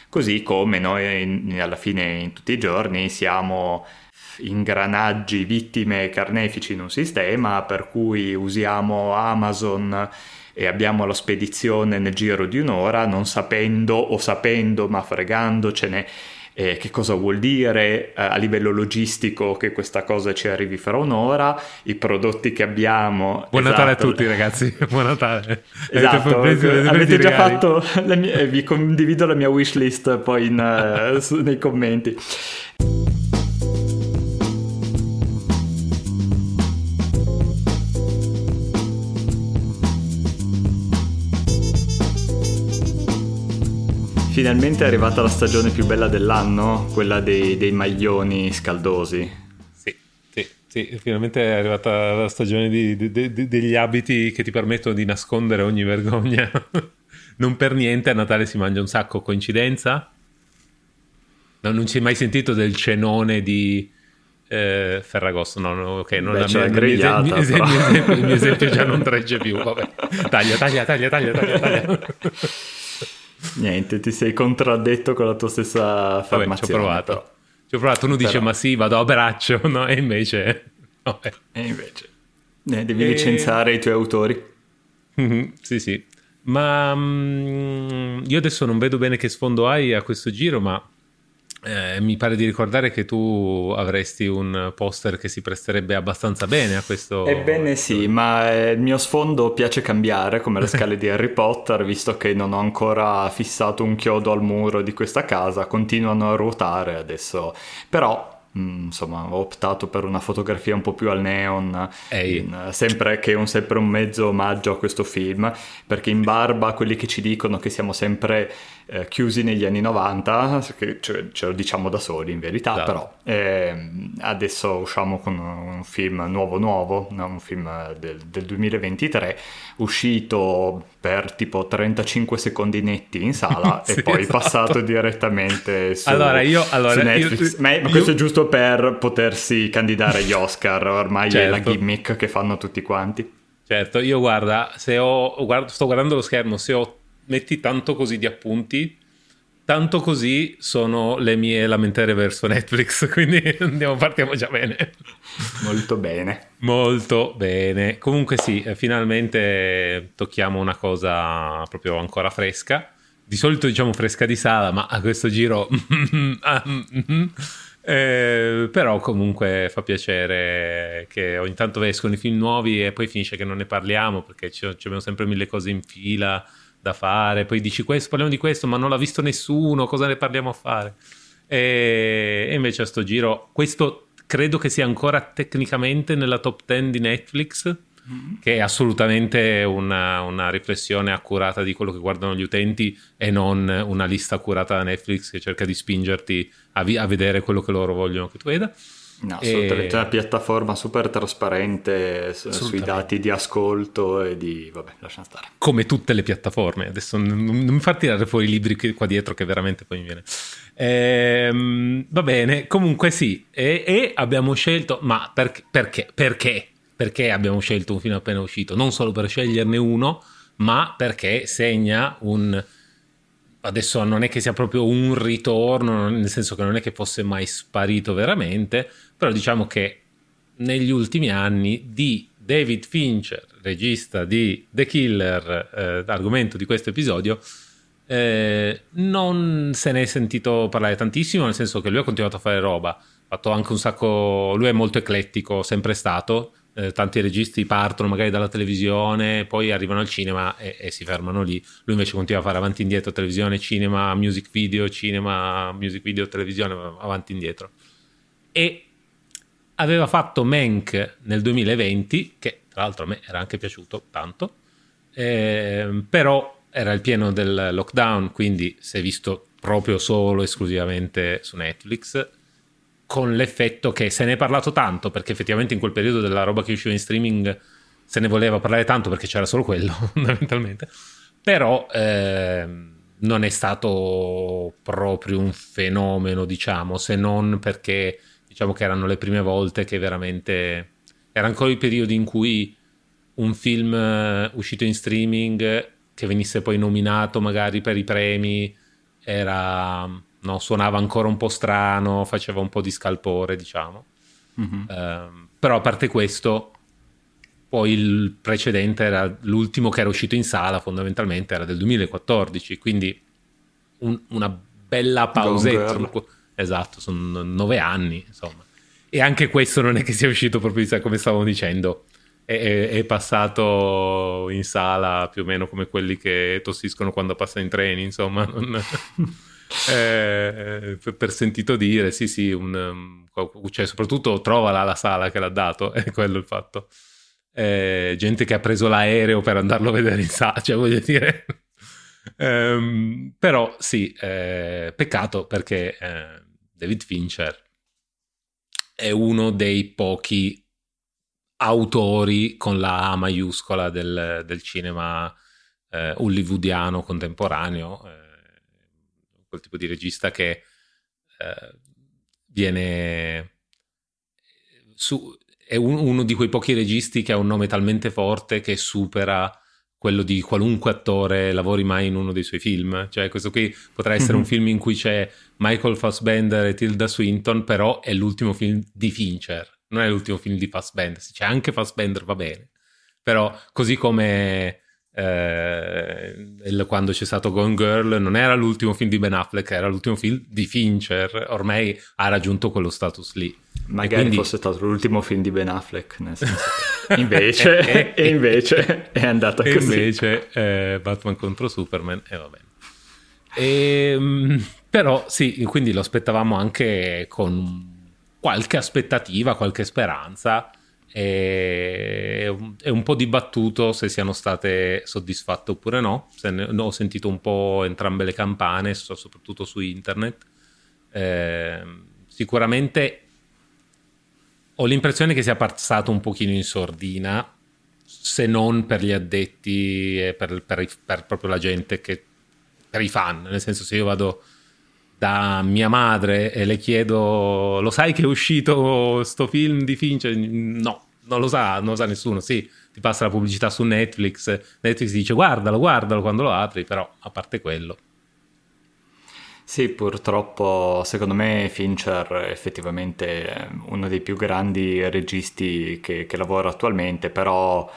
Così come noi alla fine in tutti i giorni siamo ingranaggi, vittime, carnefici in un sistema per cui usiamo Amazon e abbiamo la spedizione nel giro di un'ora, non sapendo o sapendo ma fregandocene che cosa vuol dire a livello logistico che questa cosa ci arrivi fra un'ora, i prodotti che abbiamo. Buon Natale a tutti ragazzi, buon Natale. Esatto, avete già fatto vi condivido la mia wishlist poi nei commenti. Finalmente è arrivata la stagione più bella dell'anno, quella dei maglioni scaldosi. Sì, finalmente è arrivata la stagione degli abiti che ti permettono di nascondere ogni vergogna. Non per niente a Natale si mangia un sacco, coincidenza? No, non si è mai sentito del cenone di Ferragosto? No, ok, non Beh, c'è il mio esempio già non regge più, vabbè. Taglia. Niente, ti sei contraddetto con la tua stessa affermazione. Vabbè, ci ho provato, uno dice ma sì, vado a braccio, no? E invece vabbè. Devi licenziare i tuoi autori. Sì, ma io adesso non vedo bene che sfondo hai a questo giro, ma mi pare di ricordare che tu avresti un poster che si presterebbe abbastanza bene a questo. Ebbene sì, ma il mio sfondo piace cambiare come le scale di Harry Potter, visto che non ho ancora fissato un chiodo al muro di questa casa, continuano a ruotare adesso, però insomma ho optato per una fotografia un po' più al neon, sempre un mezzo omaggio a questo film, perché in barba a quelli che ci dicono che siamo sempre chiusi negli anni 90, che ce lo diciamo da soli in verità, Esatto. Però adesso usciamo con un film nuovo, un film del 2023, uscito per tipo 35 secondi netti in sala Sì, e poi esatto. passato direttamente su Netflix. Ma questo è giusto per potersi candidare agli Oscar, ormai certo. È la gimmick che fanno tutti quanti. Certo, io guarda, sto guardando lo schermo, metti tanto così di appunti, tanto così sono le mie lamentele verso Netflix, quindi partiamo già bene. Molto bene. Molto bene. Comunque sì, finalmente tocchiamo una cosa proprio ancora fresca. Di solito diciamo fresca di sala, ma a questo giro però comunque fa piacere che ogni tanto escono i film nuovi e poi finisce che non ne parliamo perché ci abbiamo sempre mille cose in fila da fare, poi dici questo, parliamo di questo, ma non l'ha visto nessuno, cosa ne parliamo a fare? E invece a sto giro questo credo che sia ancora tecnicamente nella top 10 di Netflix, che è assolutamente una riflessione accurata di quello che guardano gli utenti e non una lista accurata da Netflix che cerca di spingerti a vedere quello che loro vogliono che tu veda. No, assolutamente una piattaforma super trasparente sui dati di ascolto e di... vabbè, lasciamo stare. Come tutte le piattaforme. Adesso non mi far tirare fuori i libri qua dietro che veramente poi mi viene. Va bene, comunque sì. E abbiamo scelto... Ma perché? Perché abbiamo scelto un film appena uscito? Non solo per sceglierne uno, ma perché segna un... Adesso non è che sia proprio un ritorno, nel senso che non è che fosse mai sparito veramente, però diciamo che negli ultimi anni di David Fincher, regista di The Killer, argomento di questo episodio, non se ne è sentito parlare tantissimo, nel senso che lui ha continuato a fare roba, ha fatto anche un sacco, lui è molto eclettico, sempre stato, tanti registi partono magari dalla televisione, poi arrivano al cinema e si fermano lì. Lui invece continua a fare avanti e indietro, televisione, cinema, music video, televisione, avanti e indietro. E aveva fatto Mank nel 2020, che tra l'altro a me era anche piaciuto tanto, però era il pieno del lockdown, quindi si è visto proprio solo esclusivamente su Netflix, con l'effetto che se ne è parlato tanto, perché effettivamente in quel periodo della roba che usciva in streaming se ne voleva parlare tanto perché c'era solo quello fondamentalmente, però non è stato proprio un fenomeno, diciamo, se non perché diciamo che erano le prime volte che veramente era ancora il periodo in cui un film uscito in streaming che venisse poi nominato magari per i premi suonava ancora un po' strano, faceva un po' di scalpore, diciamo. Però a parte questo, poi il precedente era l'ultimo che era uscito in sala, fondamentalmente era del 2014, quindi una bella pausetta. Esatto, sono 9 anni, insomma. E anche questo non è che sia uscito proprio, come stavamo dicendo, è passato in sala più o meno come quelli che tossiscono quando passa in treni, insomma. Per sentito dire, sì, cioè, soprattutto trova la sala che l'ha dato, è quello il fatto. Gente che ha preso l'aereo per andarlo a vedere in sala, cioè voglio dire. Però sì, peccato perché David Fincher è uno dei pochi autori con la A maiuscola del cinema hollywoodiano contemporaneo, quel tipo di regista che viene è uno di quei pochi registi che ha un nome talmente forte che supera quello di qualunque attore lavori mai in uno dei suoi film. Cioè questo qui potrà essere un film in cui c'è Michael Fassbender e Tilda Swinton, però è l'ultimo film di Fincher, non è l'ultimo film di Fassbender. Se c'è anche Fassbender va bene, però così come quando c'è stato Gone Girl non era l'ultimo film di Ben Affleck, era l'ultimo film di Fincher. Ormai ha raggiunto quello status lì. Magari quindi fosse stato l'ultimo film di Ben Affleck, nel senso che invece è andata così. Invece Batman contro Superman, e va bene. Però sì, quindi lo aspettavamo anche con qualche aspettativa, qualche speranza, e un po' dibattuto se siano state soddisfatte oppure no. Ho sentito un po' entrambe le campane, soprattutto su internet. Sicuramente ho l'impressione che sia passato un pochino in sordina, se non per gli addetti e per proprio la gente, per i fan. Nel senso, se io vado da mia madre e le chiedo: lo sai che è uscito sto film di Fincher? No, non lo sa nessuno. Sì, ti passa la pubblicità su Netflix dice guardalo quando lo apri, però a parte quello. Sì, purtroppo secondo me Fincher effettivamente è uno dei più grandi registi che lavora attualmente, però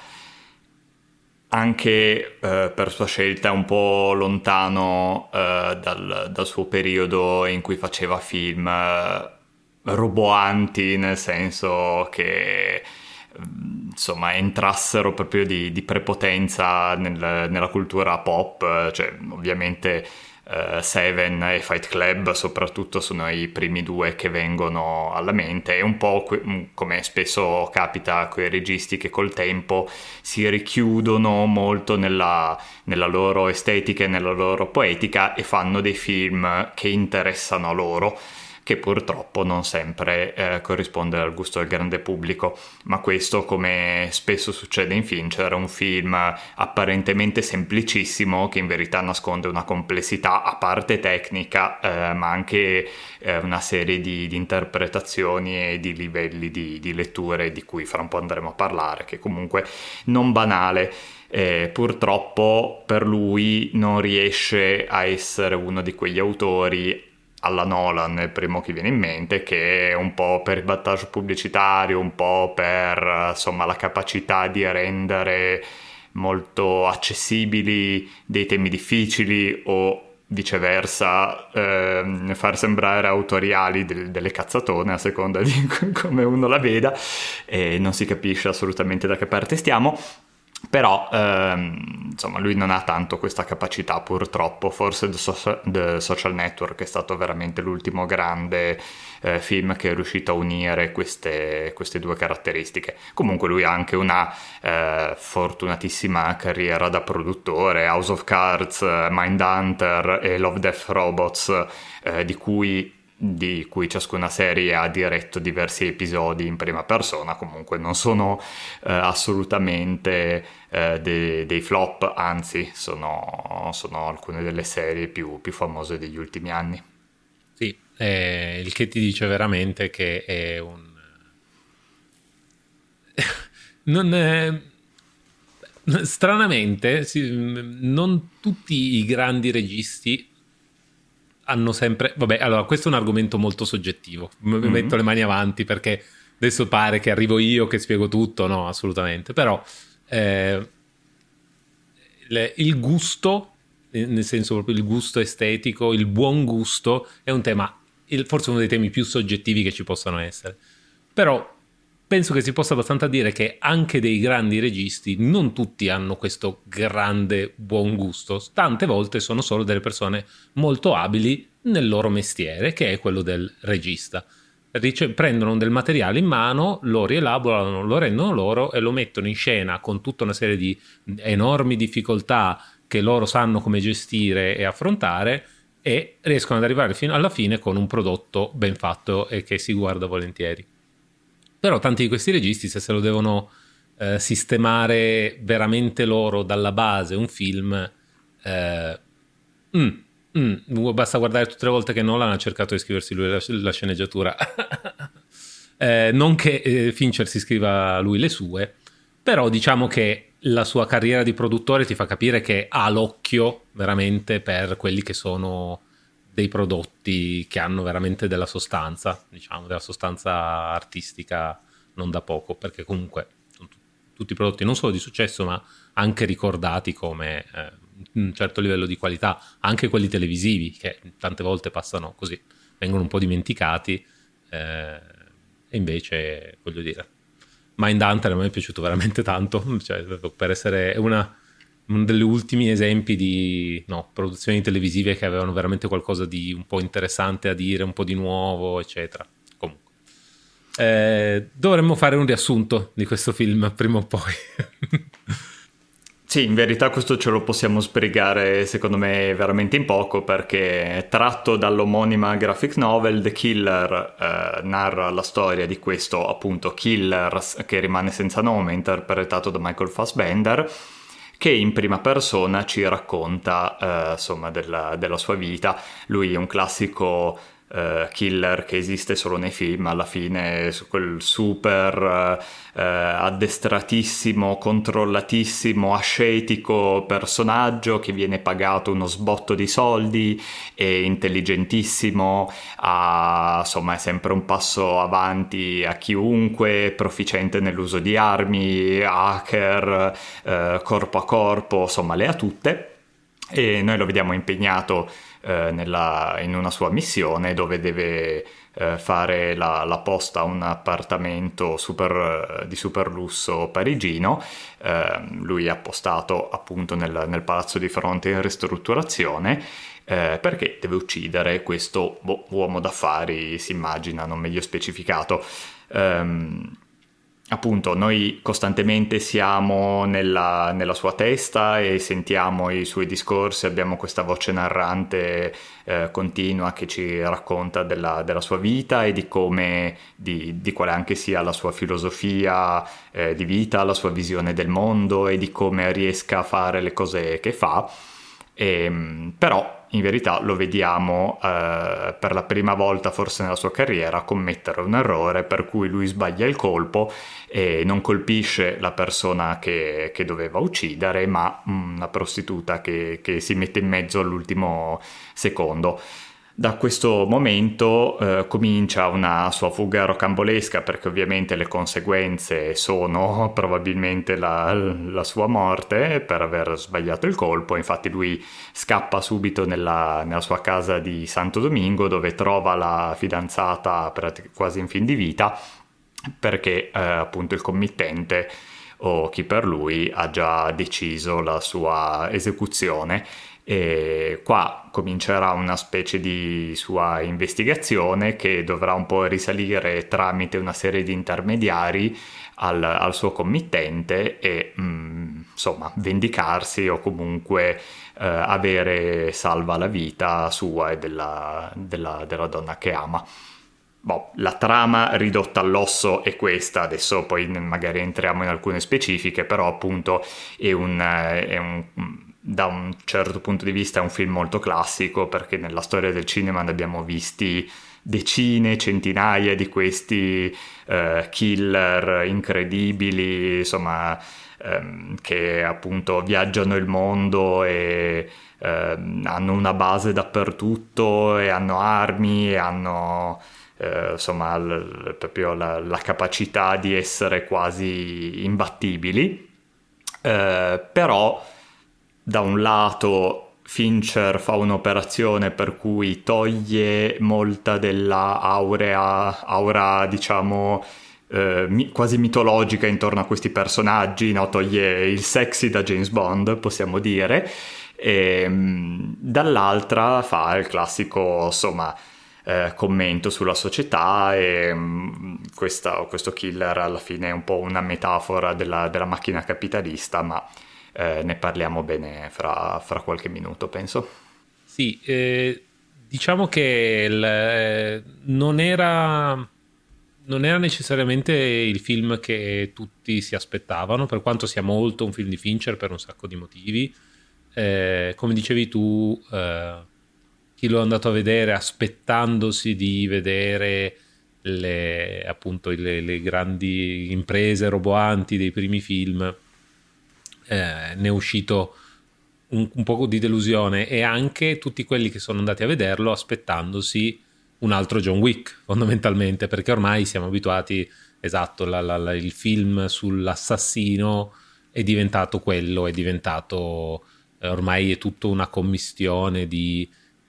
anche per sua scelta un po' lontano dal suo periodo in cui faceva film roboanti, nel senso che insomma entrassero proprio di prepotenza nella cultura pop. Cioè ovviamente Seven e Fight Club soprattutto sono i primi due che vengono alla mente, e un po' come spesso capita con i registi che col tempo si richiudono molto nella loro estetica e nella loro poetica e fanno dei film che interessano a loro, che purtroppo non sempre corrisponde al gusto del grande pubblico. Ma questo, come spesso succede in Fincher, è un film apparentemente semplicissimo che in verità nasconde una complessità a parte tecnica, ma anche una serie di interpretazioni e di livelli di letture di cui fra un po' andremo a parlare, che comunque non banale. Purtroppo per lui non riesce a essere uno di quegli autori alla Nolan, il primo che viene in mente, che un po' per il battage pubblicitario, un po' per insomma la capacità di rendere molto accessibili dei temi difficili, o viceversa far sembrare autoriali delle cazzatone, a seconda di come uno la veda, e non si capisce assolutamente da che parte stiamo. Però insomma lui non ha tanto questa capacità, purtroppo. Forse The Social Network è stato veramente l'ultimo grande film che è riuscito a unire queste due caratteristiche. Comunque lui ha anche una fortunatissima carriera da produttore: House of Cards, Mindhunter e Love, Death, Robots, di cui ciascuna serie ha diretto diversi episodi in prima persona. Comunque non sono assolutamente dei flop, anzi sono alcune delle serie più famose degli ultimi anni. Sì, il che ti dice veramente che è un... non è... Stranamente non tutti i grandi registi hanno sempre... Vabbè, allora, questo è un argomento molto soggettivo. Mi metto le mani avanti perché adesso pare che arrivo io che spiego tutto. No, assolutamente. Però il gusto, nel senso proprio il gusto estetico, il buon gusto, è un tema, forse uno dei temi più soggettivi che ci possano essere. Però penso che si possa abbastanza dire che anche dei grandi registi, non tutti hanno questo grande buon gusto. Tante volte sono solo delle persone molto abili nel loro mestiere, che è quello del regista. Prendono del materiale in mano, lo rielaborano, lo rendono loro e lo mettono in scena con tutta una serie di enormi difficoltà che loro sanno come gestire e affrontare, e riescono ad arrivare fino alla fine con un prodotto ben fatto e che si guarda volentieri. Però tanti di questi registi, se lo devono sistemare veramente loro dalla base un film, basta guardare tutte le volte che Nolan ha cercato di scriversi lui la sceneggiatura. Non che Fincher si scriva lui le sue, però diciamo che la sua carriera di produttore ti fa capire che ha l'occhio veramente per quelli che sono dei prodotti che hanno veramente della sostanza, diciamo, della sostanza artistica non da poco, perché comunque sono tutti prodotti non solo di successo ma anche ricordati come un certo livello di qualità, anche quelli televisivi che tante volte passano così, vengono un po' dimenticati, e invece voglio dire, Mindhunter a me è piaciuto veramente tanto, cioè, per essere uno degli ultimi esempi di produzioni televisive che avevano veramente qualcosa di un po' interessante a dire, un po' di nuovo, eccetera. Comunque dovremmo fare un riassunto di questo film prima o poi. Sì, in verità questo ce lo possiamo sbrigare secondo me veramente in poco, perché è tratto dall'omonima graphic novel. The Killer narra la storia di questo appunto killer che rimane senza nome, interpretato da Michael Fassbender, che in prima persona ci racconta insomma della sua vita. Lui è un classico killer che esiste solo nei film, alla fine quel super addestratissimo, controllatissimo, ascetico personaggio che viene pagato uno sbotto di soldi, è intelligentissimo, insomma è sempre un passo avanti a chiunque, proficiente nell'uso di armi, hacker, corpo a corpo, insomma le ha tutte, e noi lo vediamo impegnato in una sua missione dove deve fare la posta a un appartamento di super lusso parigino. Lui è appostato appunto nel palazzo di fronte in ristrutturazione, perché deve uccidere questo uomo d'affari, si immagina, non meglio specificato. Appunto, noi costantemente siamo nella sua testa e sentiamo i suoi discorsi, abbiamo questa voce narrante continua che ci racconta della sua vita e di come, di quale anche sia la sua filosofia di vita, la sua visione del mondo e di come riesca a fare le cose che fa. Però in verità lo vediamo per la prima volta forse nella sua carriera commettere un errore per cui lui sbaglia il colpo e non colpisce la persona che doveva uccidere, ma una prostituta che si mette in mezzo all'ultimo secondo. Da questo momento comincia una sua fuga rocambolesca, perché ovviamente le conseguenze sono probabilmente la sua morte per aver sbagliato il colpo. Infatti lui scappa subito nella sua casa di Santo Domingo, dove trova la fidanzata quasi in fin di vita, perché appunto il committente o chi per lui ha già deciso la sua esecuzione. E qua comincerà una specie di sua investigazione che dovrà un po' risalire tramite una serie di intermediari al suo committente e insomma vendicarsi o comunque avere salva la vita sua e della donna che ama. La trama ridotta all'osso è questa, adesso poi magari entriamo in alcune specifiche, però appunto è un da un certo punto di vista è un film molto classico, perché nella storia del cinema ne abbiamo visti decine, centinaia di questi killer incredibili, insomma che appunto viaggiano il mondo e hanno una base dappertutto e hanno armi e hanno insomma proprio la capacità di essere quasi imbattibili. Però da un lato Fincher fa un'operazione per cui toglie molta della aura diciamo quasi mitologica intorno a questi personaggi, no? Toglie il sexy da James Bond, possiamo dire, e dall'altra fa il classico, insomma, commento sulla società e questo killer alla fine è un po' una metafora della macchina capitalista, ma ne parliamo bene fra qualche minuto, penso. Sì, diciamo che non era necessariamente il film che tutti si aspettavano, per quanto sia molto un film di Fincher per un sacco di motivi. Come dicevi tu, chi lo è andato a vedere aspettandosi di vedere le grandi imprese roboanti dei primi film, ne è uscito un po' di delusione, e anche tutti quelli che sono andati a vederlo aspettandosi un altro John Wick, fondamentalmente, perché ormai siamo abituati, esatto, il film sull'assassino è diventato quello, è diventato ormai è tutto una commistione di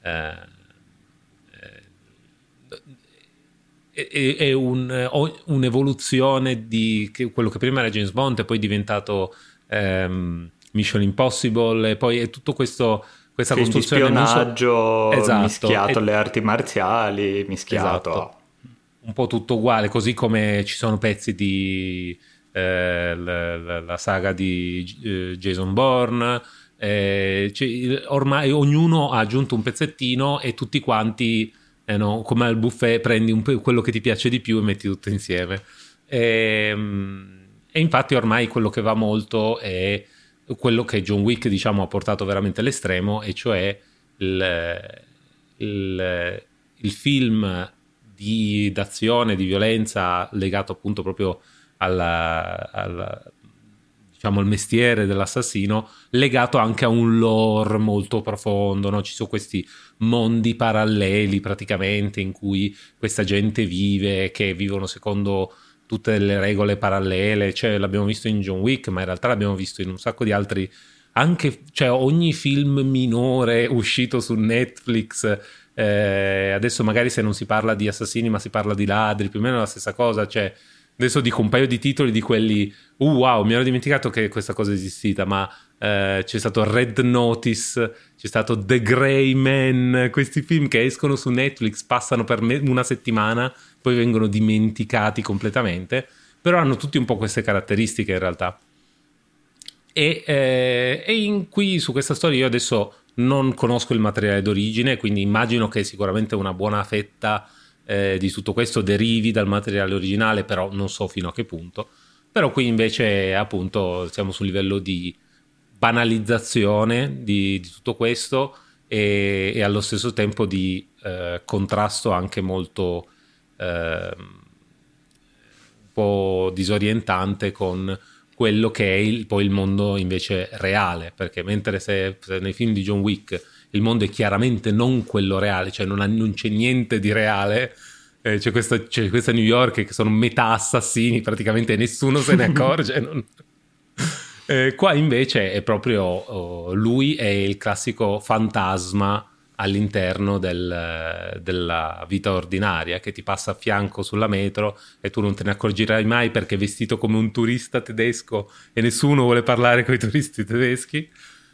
è un'evoluzione di quello che prima era James Bond e poi è diventato Mission Impossible, e poi è tutto questa film costruzione di spionaggio, esatto, mischiato alle arti marziali, mischiato esatto, un po' tutto uguale, così come ci sono pezzi di la saga di Jason Bourne, ormai ognuno ha aggiunto un pezzettino e tutti quanti no, come al buffet prendi quello che ti piace di più e metti tutto insieme, e infatti ormai quello che va molto è quello che John Wick, diciamo, ha portato veramente all'estremo, e cioè il film d'azione, di violenza legato appunto proprio diciamo al mestiere dell'assassino, legato anche a un lore molto profondo, no? Ci sono questi mondi paralleli praticamente in cui questa gente vive, che vivono secondo tutte le regole parallele, cioè l'abbiamo visto in John Wick, ma in realtà l'abbiamo visto in un sacco di altri, anche, cioè ogni film minore uscito su Netflix, adesso magari se non si parla di assassini ma si parla di ladri, più o meno la stessa cosa, cioè adesso dico un paio di titoli di quelli wow, mi ero dimenticato che questa cosa è esistita, ma c'è stato Red Notice, c'è stato The Gray Man, questi film che escono su Netflix, passano per una settimana, poi vengono dimenticati completamente, però hanno tutti un po' queste caratteristiche in realtà. E qui su questa storia io adesso non conosco il materiale d'origine, quindi immagino che sicuramente una buona fetta di tutto questo derivi dal materiale originale, però non so fino a che punto. Però qui invece appunto siamo sul livello di banalizzazione di tutto questo, e allo stesso tempo di contrasto anche molto un po' disorientante con quello che è poi il mondo invece reale, perché mentre se nei film di John Wick il mondo è chiaramente non quello reale, cioè non c'è niente di reale, c'è questa New York che sono metà assassini praticamente, nessuno se ne accorge. Qua invece è proprio lui è il classico fantasma all'interno della vita ordinaria, che ti passa a fianco sulla metro e tu non te ne accorgerai mai perché è vestito come un turista tedesco e nessuno vuole parlare con i turisti tedeschi.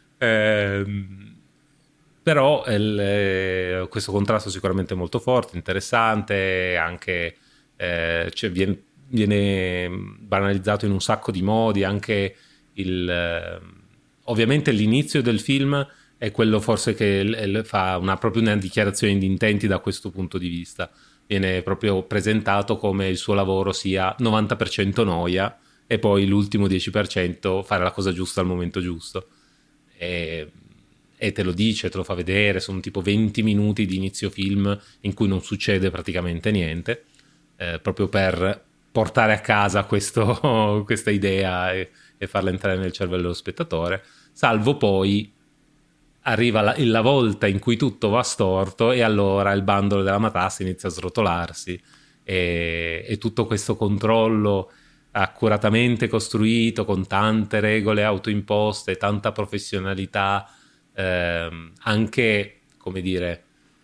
Però questo contrasto sicuramente molto forte, interessante, anche cioè viene banalizzato in un sacco di modi, anche ovviamente l'inizio del film è quello forse che fa proprio una dichiarazione di intenti da questo punto di vista. Viene proprio presentato come il suo lavoro sia 90% noia e poi l'ultimo 10% fare la cosa giusta al momento giusto. E te lo dice, te lo fa vedere, sono tipo 20 minuti di inizio film in cui non succede praticamente niente, proprio per portare a casa questa idea e e farla entrare nel cervello dello spettatore, salvo poi arriva la volta in cui tutto va storto e allora il bandolo della matassa inizia a srotolarsi e tutto questo controllo accuratamente costruito con tante regole autoimposte, tanta professionalità, anche, come dire,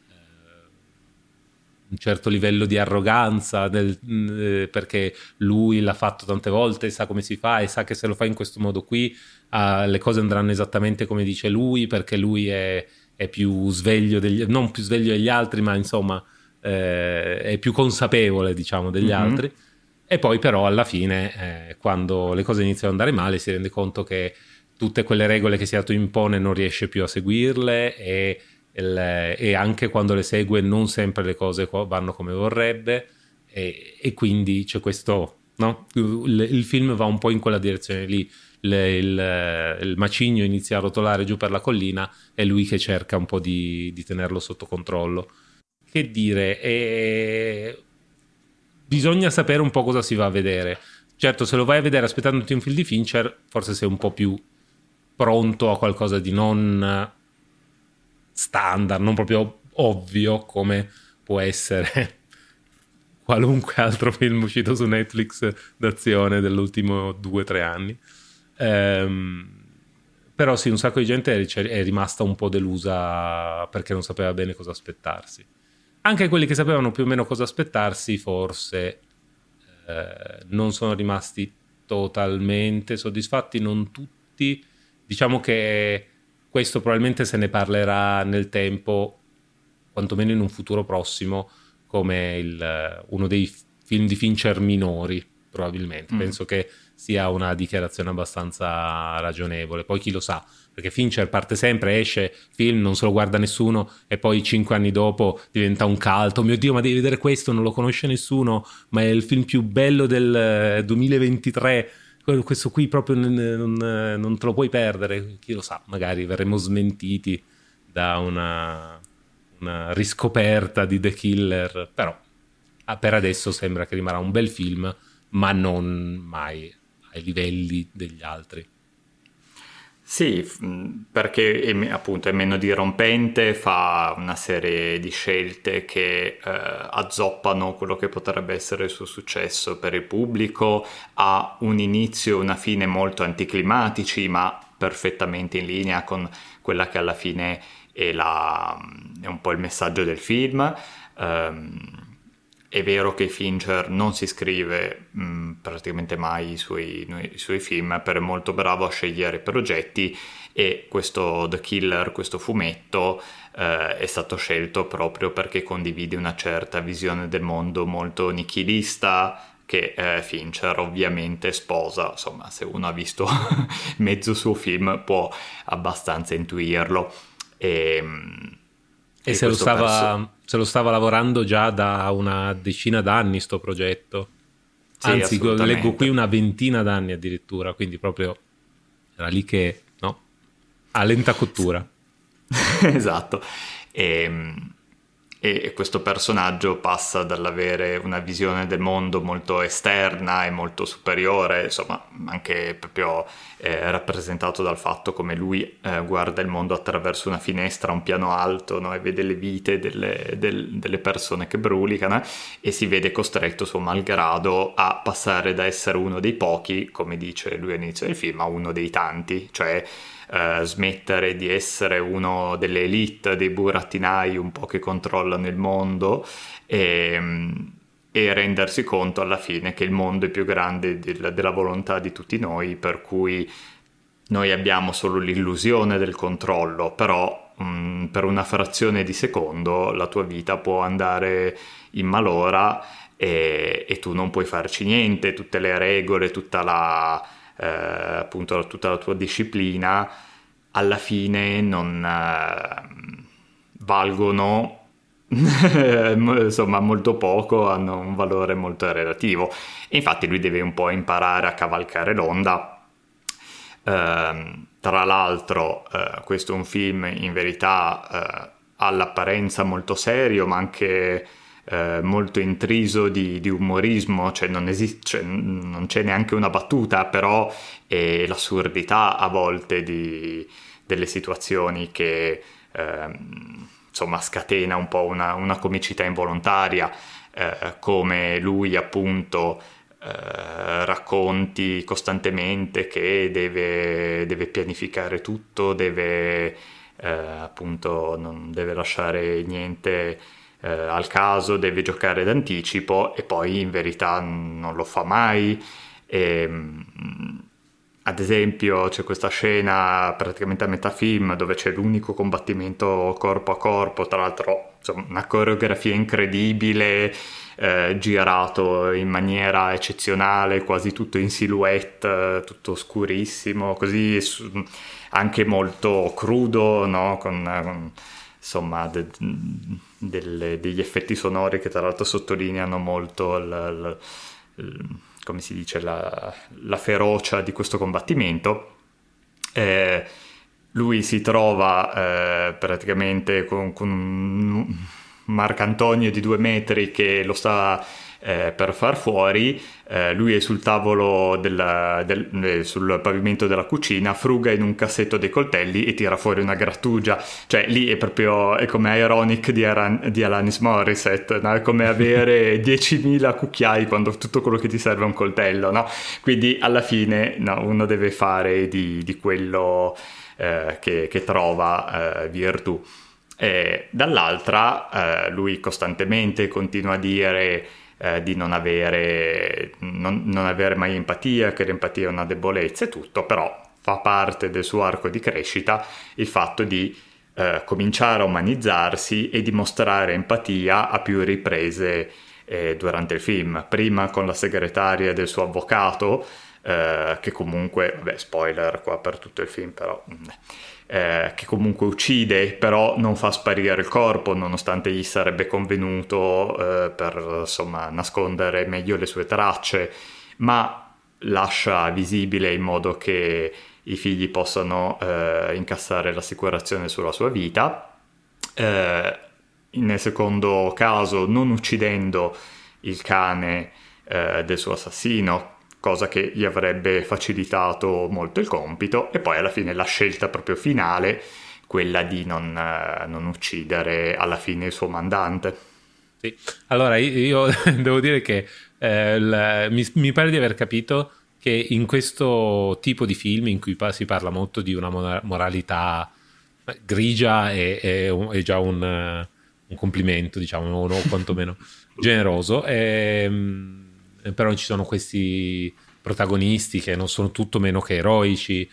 un certo livello di arroganza perché lui l'ha fatto tante volte, sa come si fa e sa che se lo fa in questo modo qui le cose andranno esattamente come dice lui, perché lui è più sveglio non più sveglio degli altri, ma insomma è più consapevole, diciamo, degli altri. E poi però alla fine quando le cose iniziano ad andare male si rende conto che tutte quelle regole che si autoimpone non riesce più a seguirle e anche quando le segue non sempre le cose vanno come vorrebbe e quindi c'è questo, no? Il film va un po' in quella direzione lì, il macigno inizia a rotolare giù per la collina e lui che cerca un po' di tenerlo sotto controllo. Che dire, bisogna sapere un po' cosa si va a vedere. Certo, se lo vai a vedere aspettandoti un film di Fincher forse sei un po' più pronto a qualcosa di non standard, non proprio ovvio come può essere qualunque altro film uscito su Netflix d'azione dell'ultimo 2-3 anni. Però sì, un sacco di gente è rimasta un po' delusa perché non sapeva bene cosa aspettarsi. Anche quelli che sapevano più o meno cosa aspettarsi forse non sono rimasti totalmente soddisfatti, non tutti. Diciamo che questo probabilmente se ne parlerà nel tempo, quantomeno in un futuro prossimo, come uno dei film di Fincher minori, probabilmente. Penso che sia una dichiarazione abbastanza ragionevole. Poi chi lo sa, perché Fincher parte sempre, esce film, non se lo guarda nessuno e poi 5 anni dopo diventa un cult. Oh mio Dio, ma devi vedere questo, non lo conosce nessuno, ma è il film più bello del 2023. Questo qui proprio non te lo puoi perdere. Chi lo sa, magari verremo smentiti da una riscoperta di The Killer, però per adesso sembra che rimarrà un bel film, ma non mai ai livelli degli altri. Sì, perché appunto è meno dirompente, fa una serie di scelte che azzoppano quello che potrebbe essere il suo successo per il pubblico, ha un inizio e una fine molto anticlimatici, ma perfettamente in linea con quella che alla fine è un po' il messaggio del film. È vero che Fincher non si scrive praticamente mai i suoi film, però è molto bravo a scegliere progetti e questo The Killer, questo fumetto, è stato scelto proprio perché condivide una certa visione del mondo molto nichilista che Fincher ovviamente sposa. Insomma, se uno ha visto mezzo suo film può abbastanza intuirlo. E se lo stava lavorando già da una decina d'anni sto progetto. Sì, anzi, leggo qui una ventina d'anni addirittura, quindi proprio era lì che, no? A lenta cottura. Esatto. E questo personaggio passa dall'avere una visione del mondo molto esterna e molto superiore, insomma, anche proprio rappresentato dal fatto come lui guarda il mondo attraverso una finestra a un piano alto, no? E vede le vite delle persone che brulicano e si vede costretto, suo malgrado, a passare da essere uno dei pochi, come dice lui all'inizio del film, a uno dei tanti, cioè smettere di essere uno delle elite, dei burattinai un po' che controllano il mondo e rendersi conto alla fine che il mondo è più grande della volontà di tutti noi, per cui noi abbiamo solo l'illusione del controllo, però per una frazione di secondo la tua vita può andare in malora e tu non puoi farci niente. Tutte le regole, appunto tutta la tua disciplina alla fine non valgono insomma molto poco, hanno un valore molto relativo e infatti lui deve un po' imparare a cavalcare l'onda. Tra l'altro questo è un film in verità all'apparenza molto serio, ma anche molto intriso di umorismo, cioè non c'è neanche una battuta, però è l'assurdità a volte delle situazioni che insomma scatena un po' una comicità involontaria, come lui appunto racconti costantemente che deve pianificare tutto, appunto non deve lasciare niente al caso, deve giocare d'anticipo, e poi in verità non lo fa mai. E, ad esempio c'è questa scena praticamente a metà film dove c'è l'unico combattimento corpo a corpo, tra l'altro insomma, una coreografia incredibile, girato in maniera eccezionale, quasi tutto in silhouette, tutto scurissimo, così anche molto crudo, no? Con insomma degli effetti sonori che tra l'altro sottolineano molto come si dice, la ferocia di questo combattimento. Lui si trova praticamente con un Marcantonio di 2 metri che lo sta per far fuori. Lui è sul tavolo sul pavimento della cucina, fruga in un cassetto dei coltelli e tira fuori una grattugia. Cioè lì è come Ironic di Alanis Morissette, no? È come avere 10.000 cucchiai quando tutto quello che ti serve è un coltello, no? Quindi alla fine uno deve fare di quello che trova virtù. E dall'altra lui costantemente continua a dire di non avere mai empatia, che l'empatia è una debolezza e tutto, però fa parte del suo arco di crescita il fatto di cominciare a umanizzarsi e dimostrare empatia a più riprese durante il film, prima con la segretaria del suo avvocato, che comunque, vabbè, spoiler qua per tutto il film, però che comunque uccide, però non fa sparire il corpo nonostante gli sarebbe convenuto per insomma nascondere meglio le sue tracce, ma lascia visibile in modo che i figli possano incassare l'assicurazione sulla sua vita. Nel secondo caso non uccidendo il cane del suo assassino, cosa che gli avrebbe facilitato molto il compito, e poi alla fine la scelta proprio finale, quella di non uccidere alla fine il suo mandante. Sì. Allora io devo dire che mi pare di aver capito che in questo tipo di film in cui si parla molto di una moralità grigia è già un complimento, diciamo, o quantomeno generoso, però ci sono questi protagonisti che non sono tutto meno che eroici.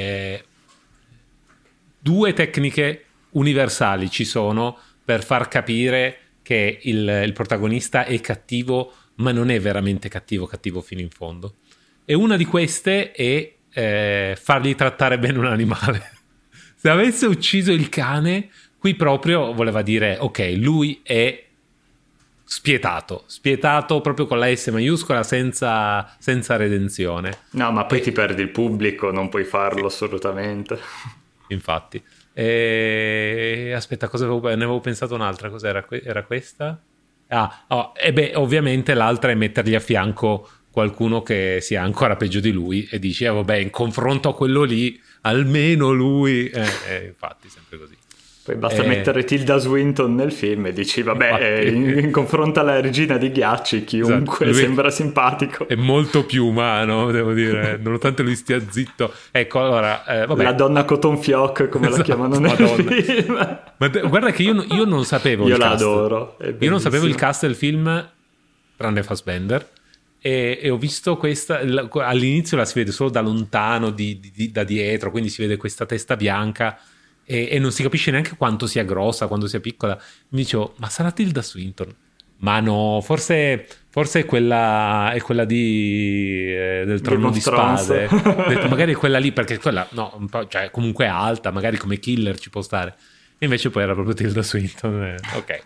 Due tecniche universali ci sono per far capire che il protagonista è cattivo, ma non è veramente cattivo fino in fondo. E una di queste è fargli trattare bene un animale. Se avesse ucciso il cane, qui proprio voleva dire ok, lui è spietato proprio con la S maiuscola, senza redenzione. No, ma poi ti perdi il pubblico, non puoi farlo assolutamente. Infatti. Aspetta, ne avevo pensato un'altra, cos'era? Era questa? Ovviamente l'altra è mettergli a fianco qualcuno che sia ancora peggio di lui e dici vabbè, in confronto a quello lì almeno lui infatti sempre così. Poi basta mettere Tilda Swinton nel film e dici vabbè, in confronto alla regina dei ghiacci chiunque esatto. Sembra simpatico, è molto più umano, devo dire, nonostante lui stia zitto. Ecco, allora vabbè. La donna Cotonfioc come esatto, la chiamano nel film. Ma guarda che io non sapevo io il cast. Adoro, io non sapevo il cast del film tranne Fassbender e ho visto questa all'inizio la si vede solo da lontano, da dietro, quindi si vede questa testa bianca e non si capisce neanche quanto sia grossa, quanto sia piccola. Mi dicevo, ma sarà Tilda Swinton? Ma no, forse è quella del Trono di Spade. Magari è quella lì, perché quella no, un po', cioè comunque è alta, magari come killer ci può stare. E invece poi era proprio Tilda Swinton. Ok.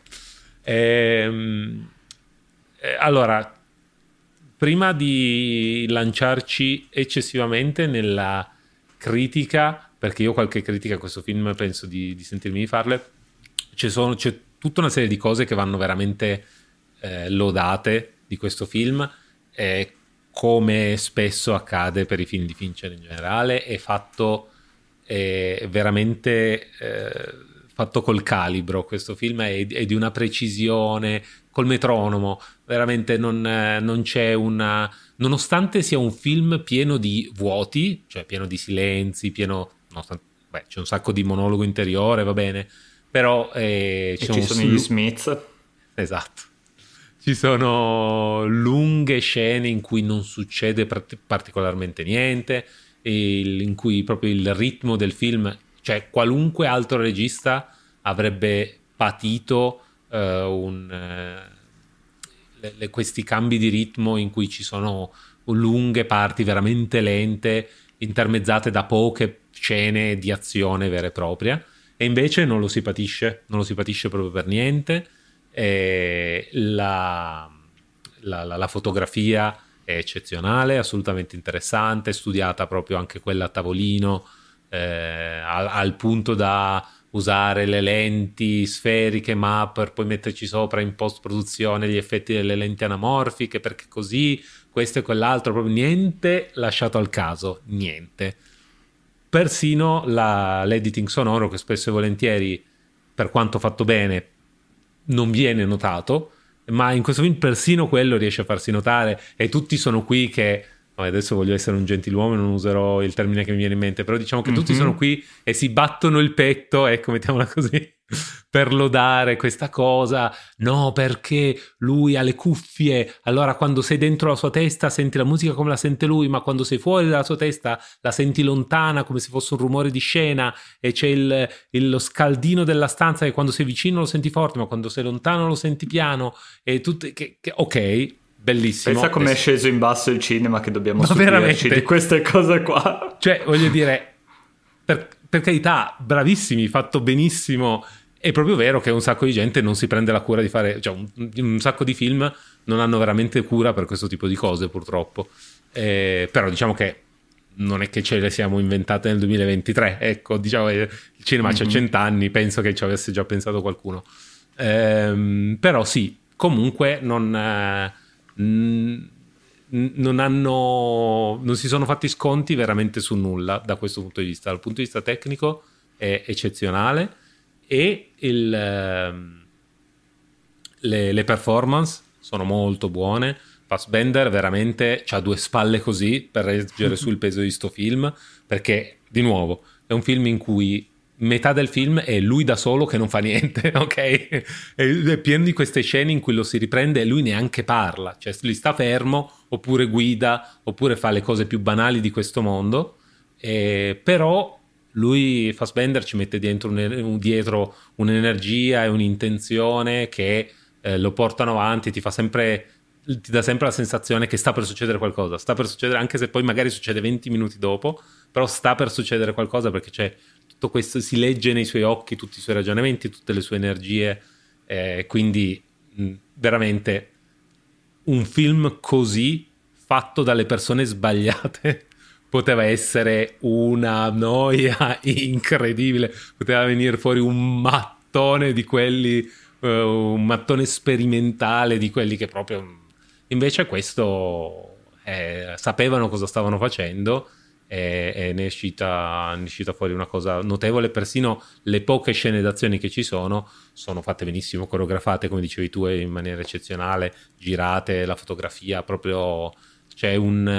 Allora, prima di lanciarci eccessivamente nella critica, perché io qualche critica a questo film penso di sentirmi di farle, c'è tutta una serie di cose che vanno veramente lodate di questo film, come spesso accade per i film di Fincher in generale, è fatto veramente fatto col calibro. Questo film è di una precisione, col metronomo, veramente non c'è una... Nonostante sia un film pieno di vuoti, cioè pieno di silenzi, c'è un sacco di monologo interiore, va bene, però ci sono gli Smiths. Esatto. Ci sono lunghe scene in cui non succede particolarmente niente, in cui proprio il ritmo del film, cioè qualunque altro regista avrebbe patito questi cambi di ritmo in cui ci sono lunghe parti veramente lente, intermezzate da poche scene di azione vera e propria, e invece non lo si patisce proprio per niente. La fotografia è eccezionale, assolutamente interessante, studiata proprio anche quella a tavolino, al punto da usare le lenti sferiche ma per poi metterci sopra in post produzione gli effetti delle lenti anamorfiche, perché così questo e quell'altro, proprio niente lasciato al caso, niente. Persino l'editing sonoro, che spesso e volentieri, per quanto fatto bene, non viene notato, ma in questo film persino quello riesce a farsi notare, e tutti sono qui che... adesso voglio essere un gentiluomo e non userò il termine che mi viene in mente, però diciamo che tutti sono qui e si battono il petto, ecco, mettiamola così, per lodare questa cosa. No, perché lui ha le cuffie, allora quando sei dentro la sua testa senti la musica come la sente lui, ma quando sei fuori dalla sua testa la senti lontana, come se fosse un rumore di scena, e c'è lo scaldino della stanza che quando sei vicino lo senti forte, ma quando sei lontano lo senti piano, e tutto ok, bellissimo. Pensa come è sceso in basso il cinema, che dobbiamo stupirci di queste cose qua. Cioè, voglio dire, per carità, bravissimi, fatto benissimo. È proprio vero che un sacco di gente non si prende la cura di fare... Cioè, un sacco di film non hanno veramente cura per questo tipo di cose, purtroppo. Però diciamo che non è che ce le siamo inventate nel 2023. Ecco, diciamo che il cinema c'ha 100 anni, penso che ci avesse già pensato qualcuno. Però sì, comunque non si sono fatti sconti veramente su nulla da questo punto di vista. Dal punto di vista tecnico è eccezionale, e le performance sono molto buone. Fassbender veramente c'ha due spalle così per reggere sul peso di sto film, perché di nuovo è un film in cui metà del film è lui da solo che non fa niente, ok? È pieno di queste scene in cui lo si riprende e lui neanche parla, cioè lui sta fermo, oppure guida, oppure fa le cose più banali di questo mondo, però lui, Fassbender, ci mette dietro un'energia e un'intenzione che lo portano avanti, ti dà sempre la sensazione che sta per succedere qualcosa, sta per succedere, anche se poi magari succede 20 minuti dopo, però sta per succedere qualcosa, perché c'è tutto questo, si legge nei suoi occhi tutti i suoi ragionamenti, tutte le sue energie, quindi veramente un film così fatto dalle persone sbagliate poteva essere una noia incredibile, poteva venire fuori un mattone di quelli, un mattone sperimentale di quelli che proprio... Invece questo sapevano cosa stavano facendo, e ne è uscita fuori una cosa notevole. Persino le poche scene d'azione che ci sono fatte benissimo, coreografate come dicevi tu in maniera eccezionale, girate, la fotografia proprio, c'è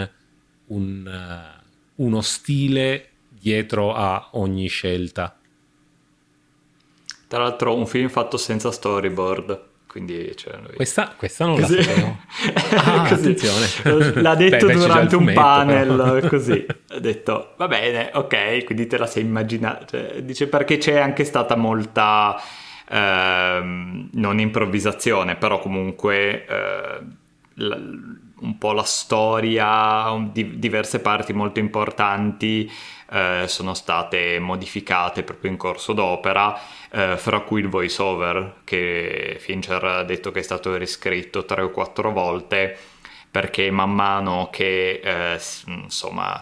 uno stile dietro a ogni scelta. Tra l'altro un film fatto senza storyboard, quindi questa non la sapevo. Attenzione, l'ha detto durante un panel così, ha detto va bene, ok, quindi te la sei immaginata, cioè, dice, perché c'è anche stata molta non improvvisazione, però comunque un po' la storia, diverse parti molto importanti sono state modificate proprio in corso d'opera, fra cui il voice over, che Fincher ha detto che è stato riscritto 3 o 4 volte, perché man mano che insomma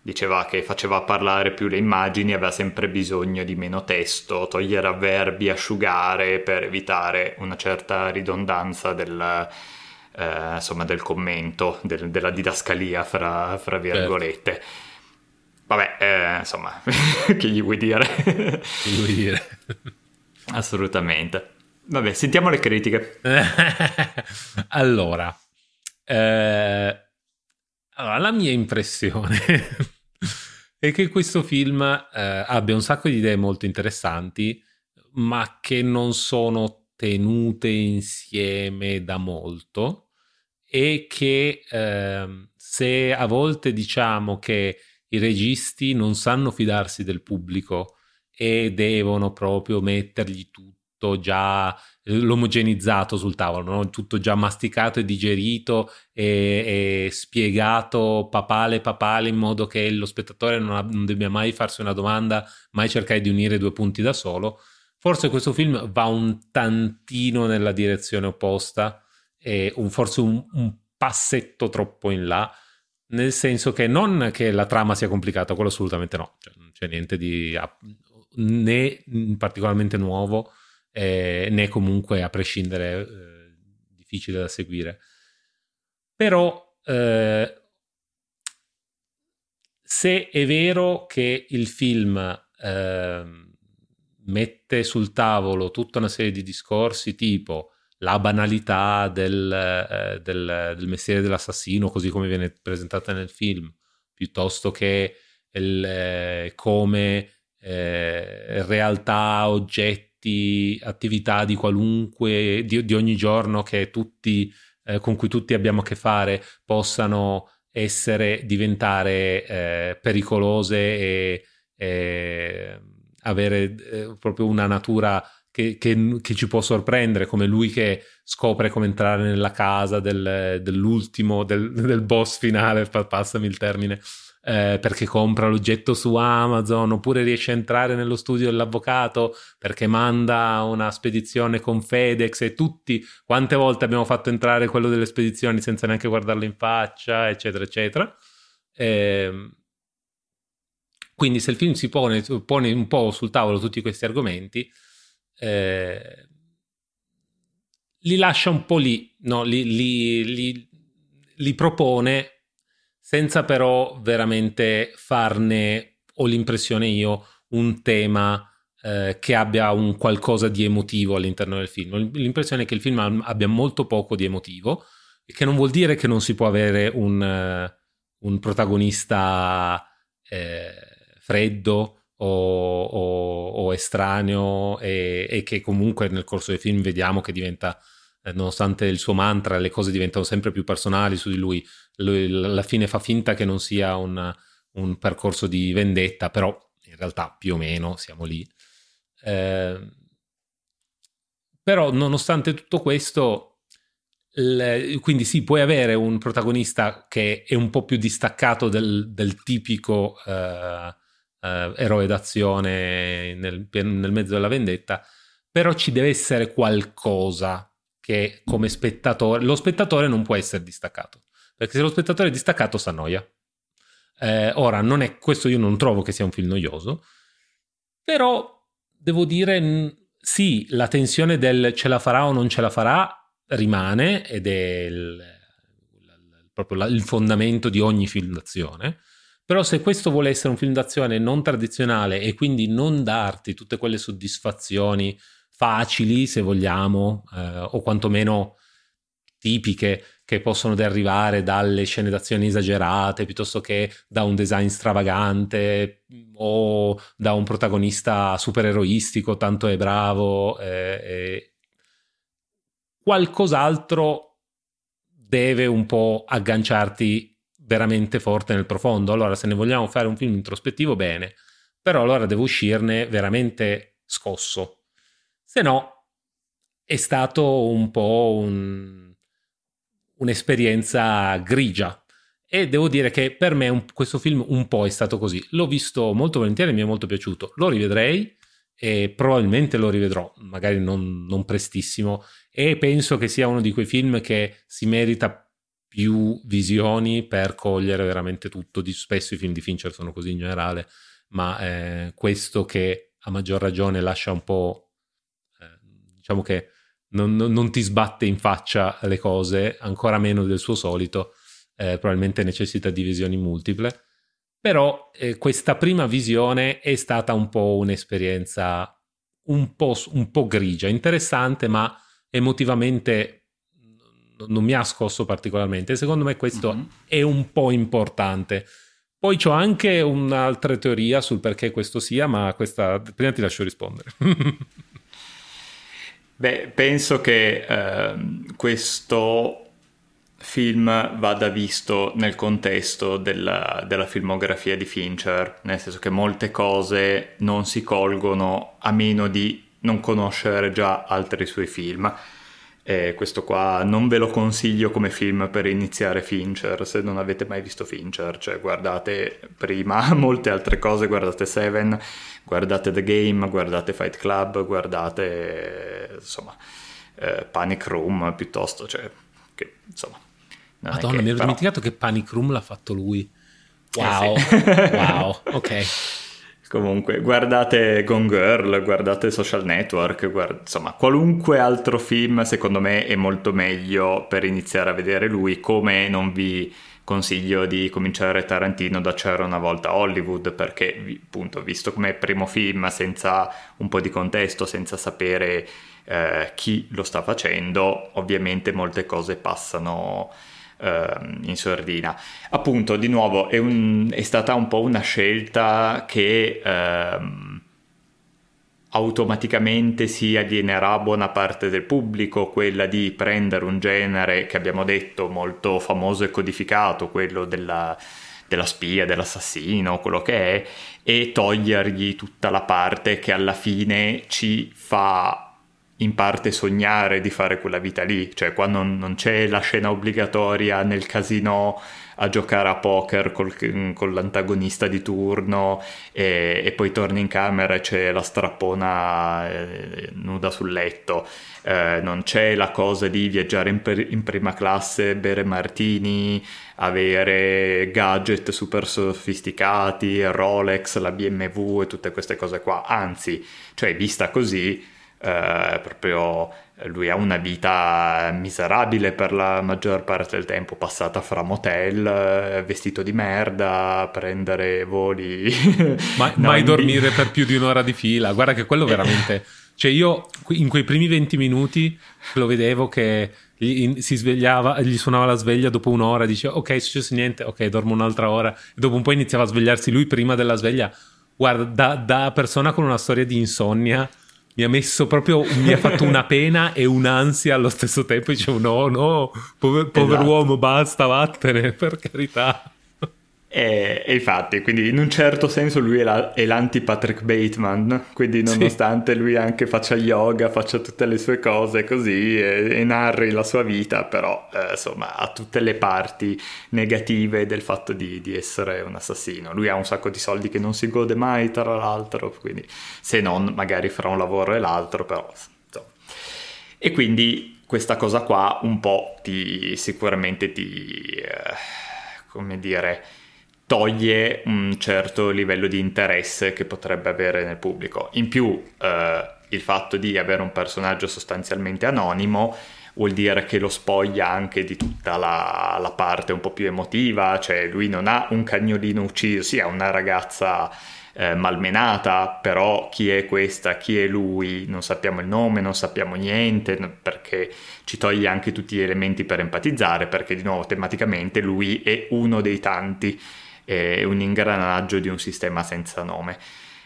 diceva che faceva parlare più le immagini, aveva sempre bisogno di meno testo, togliere avverbi, asciugare per evitare una certa ridondanza insomma, del commento, della didascalia, fra Certo. virgolette. Vabbè, insomma, che gli vuoi dire? Che vuoi dire? Assolutamente. Vabbè, sentiamo le critiche. Allora, eh, allora, la mia impressione è che questo film abbia un sacco di idee molto interessanti, ma che non sono tenute insieme da molto, e che se a volte diciamo che i registi non sanno fidarsi del pubblico e devono proprio mettergli tutto già l'omogenizzato sul tavolo, no? Tutto già masticato e digerito e spiegato papale papale, in modo che lo spettatore non debba mai farsi una domanda, mai cercare di unire due punti da solo. Forse questo film va un tantino nella direzione opposta, e forse un passetto troppo in là, nel senso che non che la trama sia complicata, quello assolutamente no, cioè, non c'è niente di né particolarmente nuovo, né comunque a prescindere difficile da seguire. Però se è vero che il film mette sul tavolo tutta una serie di discorsi tipo la banalità del mestiere dell'assassino, così come viene presentata nel film, piuttosto che come realtà, oggetti, attività di qualunque, di ogni giorno che tutti, con cui tutti abbiamo a che fare, possano diventare pericolose e avere proprio una natura che ci può sorprendere, come lui che scopre come entrare nella casa dell'ultimo, del boss finale, passami il termine, perché compra l'oggetto su Amazon, oppure riesce a entrare nello studio dell'avvocato perché manda una spedizione con FedEx, e tutti, quante volte abbiamo fatto entrare quello delle spedizioni senza neanche guardarlo in faccia, eccetera eccetera. Quindi se il film si pone un po' sul tavolo tutti questi argomenti, li lascia un po' lì, no? Li propone senza però veramente farne, ho l'impressione io, un tema che abbia un qualcosa di emotivo all'interno del film. L'impressione è che il film abbia molto poco di emotivo, che non vuol dire che non si può avere un protagonista freddo o estraneo, e che comunque nel corso del film vediamo che diventa, nonostante il suo mantra, le cose diventano sempre più personali su di lui. Alla fine fa finta che non sia un percorso di vendetta, però in realtà più o meno siamo lì. Però nonostante tutto questo, quindi sì, puoi avere un protagonista che è un po' più distaccato del tipico eroe d'azione nel mezzo della vendetta, però ci deve essere qualcosa che come spettatore, lo spettatore non può essere distaccato, perché se lo spettatore è distaccato si annoia. Ora, non è questo, io non trovo che sia un film noioso, però devo dire, sì, la tensione del ce la farà o non ce la farà rimane, ed è proprio il fondamento di ogni film d'azione. Però se questo vuole essere un film d'azione non tradizionale, e quindi non darti tutte quelle soddisfazioni facili, se vogliamo, o quantomeno tipiche, che possono derivare dalle scene d'azione esagerate, piuttosto che da un design stravagante o da un protagonista supereroistico, tanto è bravo, qualcos'altro deve un po' agganciarti veramente forte nel profondo. Allora, se ne vogliamo fare un film introspettivo, bene, però allora devo uscirne veramente scosso, se no è stato un po' un'esperienza grigia. E devo dire che per me questo film un po' è stato così. L'ho visto molto volentieri, mi è molto piaciuto, lo rivedrei e probabilmente lo rivedrò, magari non prestissimo, e penso che sia uno di quei film che si merita più visioni per cogliere veramente tutto. Spesso i film di Fincher sono così in generale, ma questo che a maggior ragione lascia un po', diciamo che non ti sbatte in faccia le cose, ancora meno del suo solito, probabilmente necessita di visioni multiple. Però questa prima visione è stata un po' un'esperienza un po' grigia, interessante, ma emotivamente non mi ha scosso particolarmente. Secondo me questo è un po' importante. Poi c'ho anche un'altra teoria sul perché questo sia, ma questa prima ti lascio rispondere. Beh, penso che questo film vada visto nel contesto della filmografia di Fincher, nel senso che molte cose non si colgono a meno di non conoscere già altri suoi film. E questo qua non ve lo consiglio come film per iniziare Fincher, se non avete mai visto Fincher, cioè guardate prima molte altre cose, guardate Seven, guardate The Game, guardate Fight Club, guardate insomma Panic Room piuttosto, cioè che insomma non Madonna, è che, mi ero però... dimenticato che Panic Room l'ha fatto lui. Wow, sì. wow, ok. Comunque, guardate Gone Girl, guardate Social Network, insomma, qualunque altro film secondo me è molto meglio per iniziare a vedere lui, come non vi consiglio di cominciare Tarantino da C'era una volta Hollywood, perché appunto, visto come primo film senza un po' di contesto, senza sapere chi lo sta facendo, ovviamente molte cose passano in sordina. Appunto, di nuovo, è stata un po' una scelta che automaticamente si alienerà buona parte del pubblico, quella di prendere un genere che abbiamo detto molto famoso e codificato, quello della spia, dell'assassino, quello che è, e togliergli tutta la parte che alla fine ci fa in parte sognare di fare quella vita lì, cioè qua non c'è la scena obbligatoria nel casino a giocare a poker con l'antagonista di turno e poi torni in camera e c'è la strappona nuda sul letto, non c'è la cosa di viaggiare in prima classe, bere martini, avere gadget super sofisticati, Rolex, la BMW e tutte queste cose qua, anzi, cioè vista così proprio lui ha una vita miserabile per la maggior parte del tempo, passata fra motel, vestito di merda, prendere voli Mai dormire per più di un'ora di fila. Guarda che quello veramente, cioè io in quei primi 20 minuti lo vedevo che si svegliava, gli suonava la sveglia dopo un'ora, diceva ok, è successo niente, ok, dormo un'altra ora, e dopo un po' iniziava a svegliarsi lui prima della sveglia. Guarda, da persona con una storia di insonnia mi ha fatto una pena e un'ansia allo stesso tempo. Dicevo no, pover'uomo, basta, vattene, per carità. E infatti, quindi in un certo senso lui è l'anti-Patrick Bateman, quindi nonostante lui anche faccia yoga, faccia tutte le sue cose così e narri la sua vita, però insomma ha tutte le parti negative del fatto di essere un assassino. Lui ha un sacco di soldi che non si gode mai, tra l'altro, quindi se non magari fra un lavoro e l'altro, però insomma. E quindi questa cosa qua un po' sicuramente come dire, toglie un certo livello di interesse che potrebbe avere nel pubblico. In più il fatto di avere un personaggio sostanzialmente anonimo vuol dire che lo spoglia anche di tutta la parte un po' più emotiva, cioè lui non ha un cagnolino ucciso, sì, ha una ragazza malmenata, però chi è questa, chi è lui, non sappiamo il nome, non sappiamo niente, perché ci toglie anche tutti gli elementi per empatizzare, perché di nuovo tematicamente lui è uno dei tanti, è un ingranaggio di un sistema senza nome.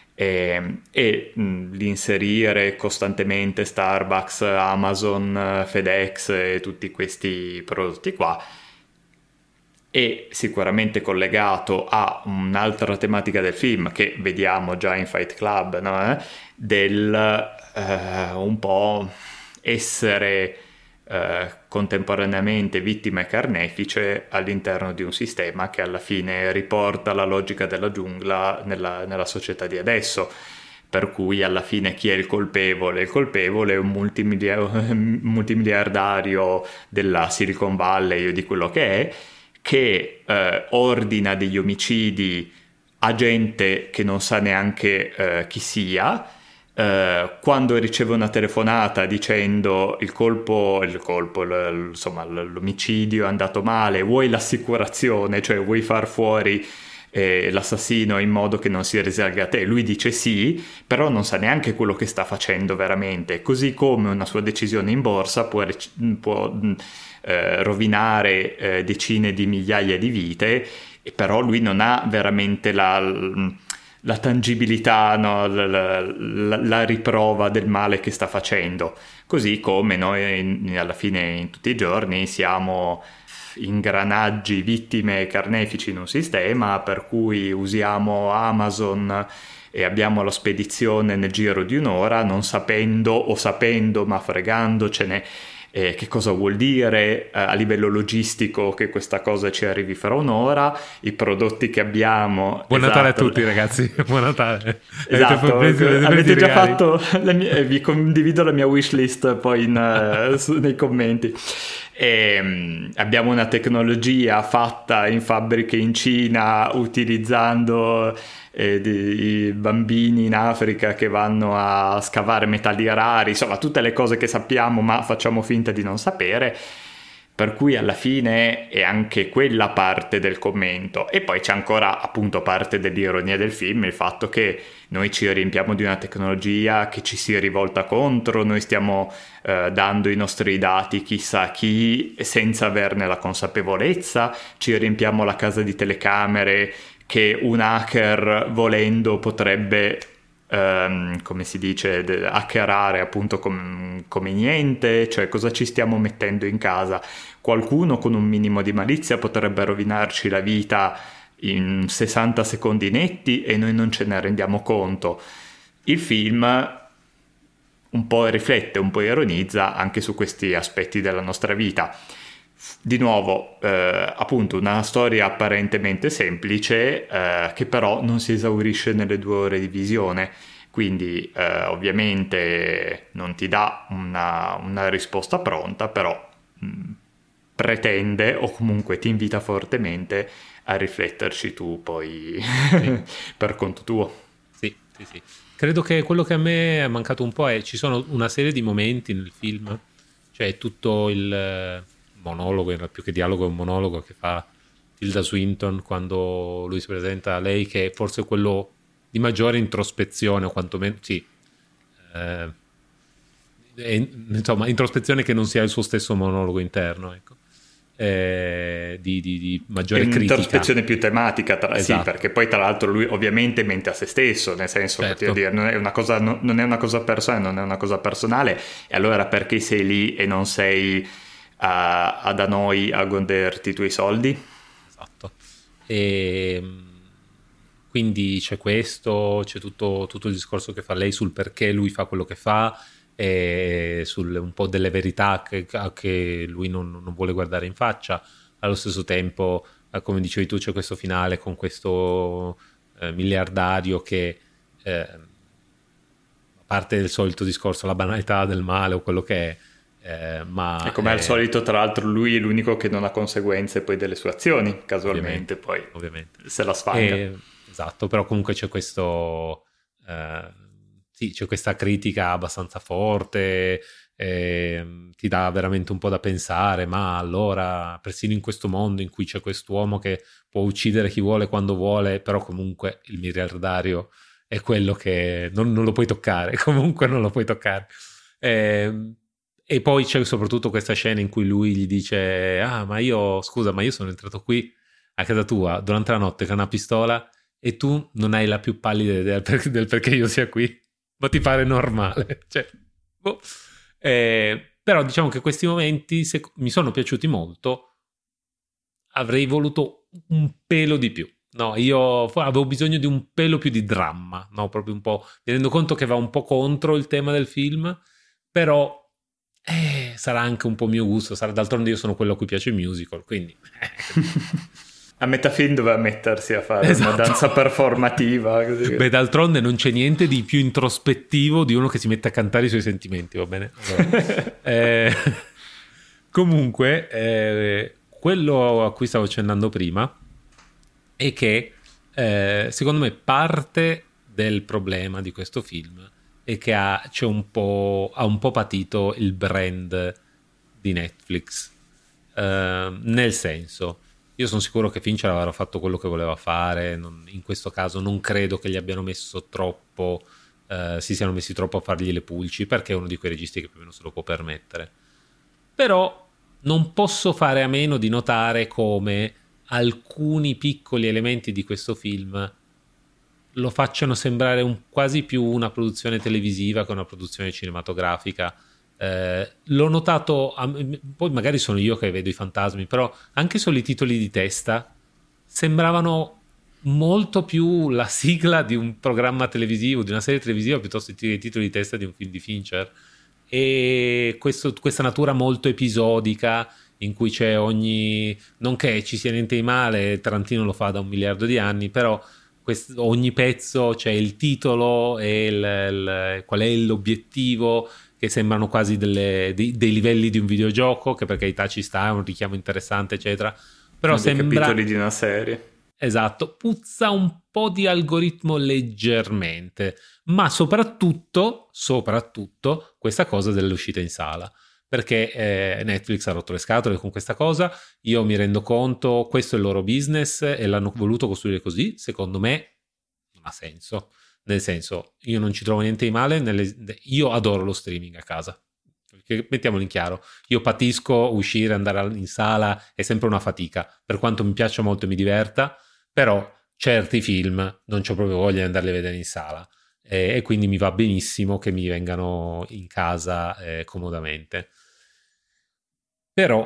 L'inserire costantemente Starbucks, Amazon, FedEx e tutti questi prodotti qua è sicuramente collegato a un'altra tematica del film che vediamo già in Fight Club, no? Del un po' essere contemporaneamente vittima e carnefice all'interno di un sistema che alla fine riporta la logica della giungla nella società di adesso, per cui alla fine chi è il colpevole? Il colpevole è un multimiliardario della Silicon Valley o di quello che ordina degli omicidi a gente che non sa neanche chi sia. Quando riceve una telefonata dicendo insomma, l'omicidio è andato male, vuoi l'assicurazione, cioè vuoi far fuori l'assassino in modo che non si risalga a te, lui dice sì, però non sa neanche quello che sta facendo veramente, così come una sua decisione in borsa può rovinare decine di migliaia di vite, e però lui non ha veramente la tangibilità, no? La riprova del male che sta facendo, così come noi alla fine in tutti i giorni siamo ingranaggi, vittime, carnefici in un sistema per cui usiamo Amazon e abbiamo la spedizione nel giro di un'ora, non sapendo o sapendo ma fregandocene che cosa vuol dire a livello logistico che questa cosa ci arrivi fra un'ora, i prodotti che abbiamo. Buon Natale a tutti, ragazzi. Buon Natale. Esatto, avete già fatto vi condivido la mia wishlist poi nei commenti. Abbiamo una tecnologia fatta in fabbriche in Cina utilizzando i bambini in Africa che vanno a scavare metalli rari, insomma tutte le cose che sappiamo ma facciamo finta di non sapere, per cui alla fine è anche quella parte del commento. E poi c'è ancora appunto parte dell'ironia del film, il fatto che noi ci riempiamo di una tecnologia che ci si rivolta contro, noi stiamo dando i nostri dati chissà a chi senza averne la consapevolezza, ci riempiamo la casa di telecamere che un hacker volendo potrebbe come si dice, hackerare appunto come niente, cioè cosa ci stiamo mettendo in casa. Qualcuno con un minimo di malizia potrebbe rovinarci la vita in 60 secondi netti e noi non ce ne rendiamo conto. Il film un po' riflette, un po' ironizza anche su questi aspetti della nostra vita. Di nuovo, appunto, una storia apparentemente semplice che però non si esaurisce nelle 2 ore di visione, quindi ovviamente non ti dà una risposta pronta, però pretende o comunque ti invita fortemente a rifletterci tu poi sì. Per conto tuo. Sì. Credo che quello che a me è mancato un po' è ci sono una serie di momenti nel film, cioè tutto il monologo, più che dialogo è un monologo che fa Tilda Swinton quando lui si presenta a lei, che è forse quello di maggiore introspezione, o quantomeno sì, insomma introspezione che non sia il suo stesso monologo interno, ecco. Di maggiore critica, un'introspezione più tematica esatto. Sì, perché poi tra l'altro lui ovviamente mente a se stesso, nel senso certo. che dire, non è una cosa personale, non è una cosa personale, e allora perché sei lì e non sei da noi a goderti i tuoi soldi? Esatto. E quindi c'è questo, c'è tutto il discorso che fa lei sul perché lui fa quello che fa e sul un po' delle verità che lui non vuole guardare in faccia. Allo stesso tempo, come dicevi tu, c'è questo finale con questo miliardario che a parte il solito discorso, la banalità del male o quello che è, ma e come al solito, tra l'altro, lui è l'unico che non ha conseguenze poi delle sue azioni, casualmente, ovviamente. Se la sfanga. Esatto, però comunque c'è questo sì, c'è questa critica abbastanza forte, ti dà veramente un po' da pensare, ma allora persino in questo mondo in cui c'è quest'uomo che può uccidere chi vuole quando vuole, però comunque il miliardario è quello che non lo puoi toccare, comunque non lo puoi toccare. E poi c'è soprattutto questa scena in cui lui gli dice ma io sono entrato qui a casa tua durante la notte con una pistola e tu non hai la più pallida idea del perché io sia qui, ma ti pare normale? Cioè, boh. Però diciamo che questi momenti mi sono piaciuti molto, avrei voluto un pelo di più. No, io avevo bisogno di un pelo più di dramma, no? Proprio un po'. Mi rendo conto che va un po' contro il tema del film, però sarà anche un po' mio gusto. D'altronde io sono quello a cui piace il musical, quindi. A metà film doveva mettersi a fare una Esatto. danza performativa. Così. Beh, d'altronde non c'è niente di più introspettivo di uno che si mette a cantare i suoi sentimenti, va bene? Allora, comunque, quello a cui stavo accennando prima è che secondo me parte del problema di questo film è che ha un po' patito il brand di Netflix. Nel senso, io sono sicuro che Fincher avrà fatto quello che voleva fare, in questo caso non credo che gli abbiano messo troppo, si siano messi troppo a fargli le pulci, perché è uno di quei registi che più o meno se lo può permettere. Però non posso fare a meno di notare come alcuni piccoli elementi di questo film lo facciano sembrare quasi più una produzione televisiva che una produzione cinematografica. L'ho notato, poi magari sono io che vedo i fantasmi, però anche solo i titoli di testa sembravano molto più la sigla di un programma televisivo, di una serie televisiva, piuttosto che i titoli di testa di un film di Fincher. E questa natura molto episodica in cui c'è ogni... non che ci sia niente di male, Tarantino lo fa da 1 miliardo di anni, però ogni pezzo c'è il titolo e qual è l'obiettivo, che sembrano quasi dei livelli di un videogioco, che per carità ci sta, è un richiamo interessante, eccetera. Però dei capitoli di una serie. Esatto, puzza un po' di algoritmo leggermente, ma soprattutto questa cosa dell'uscita in sala. Perché Netflix ha rotto le scatole con questa cosa, io mi rendo conto, questo è il loro business e l'hanno voluto costruire così, secondo me non ha senso. Nel senso, io non ci trovo niente di male, io adoro lo streaming a casa, perché mettiamolo in chiaro, io patisco uscire, andare in sala, è sempre una fatica, per quanto mi piaccia molto e mi diverta, però certi film non c'ho proprio voglia di andarli a vedere in sala e quindi mi va benissimo che mi vengano in casa comodamente. Però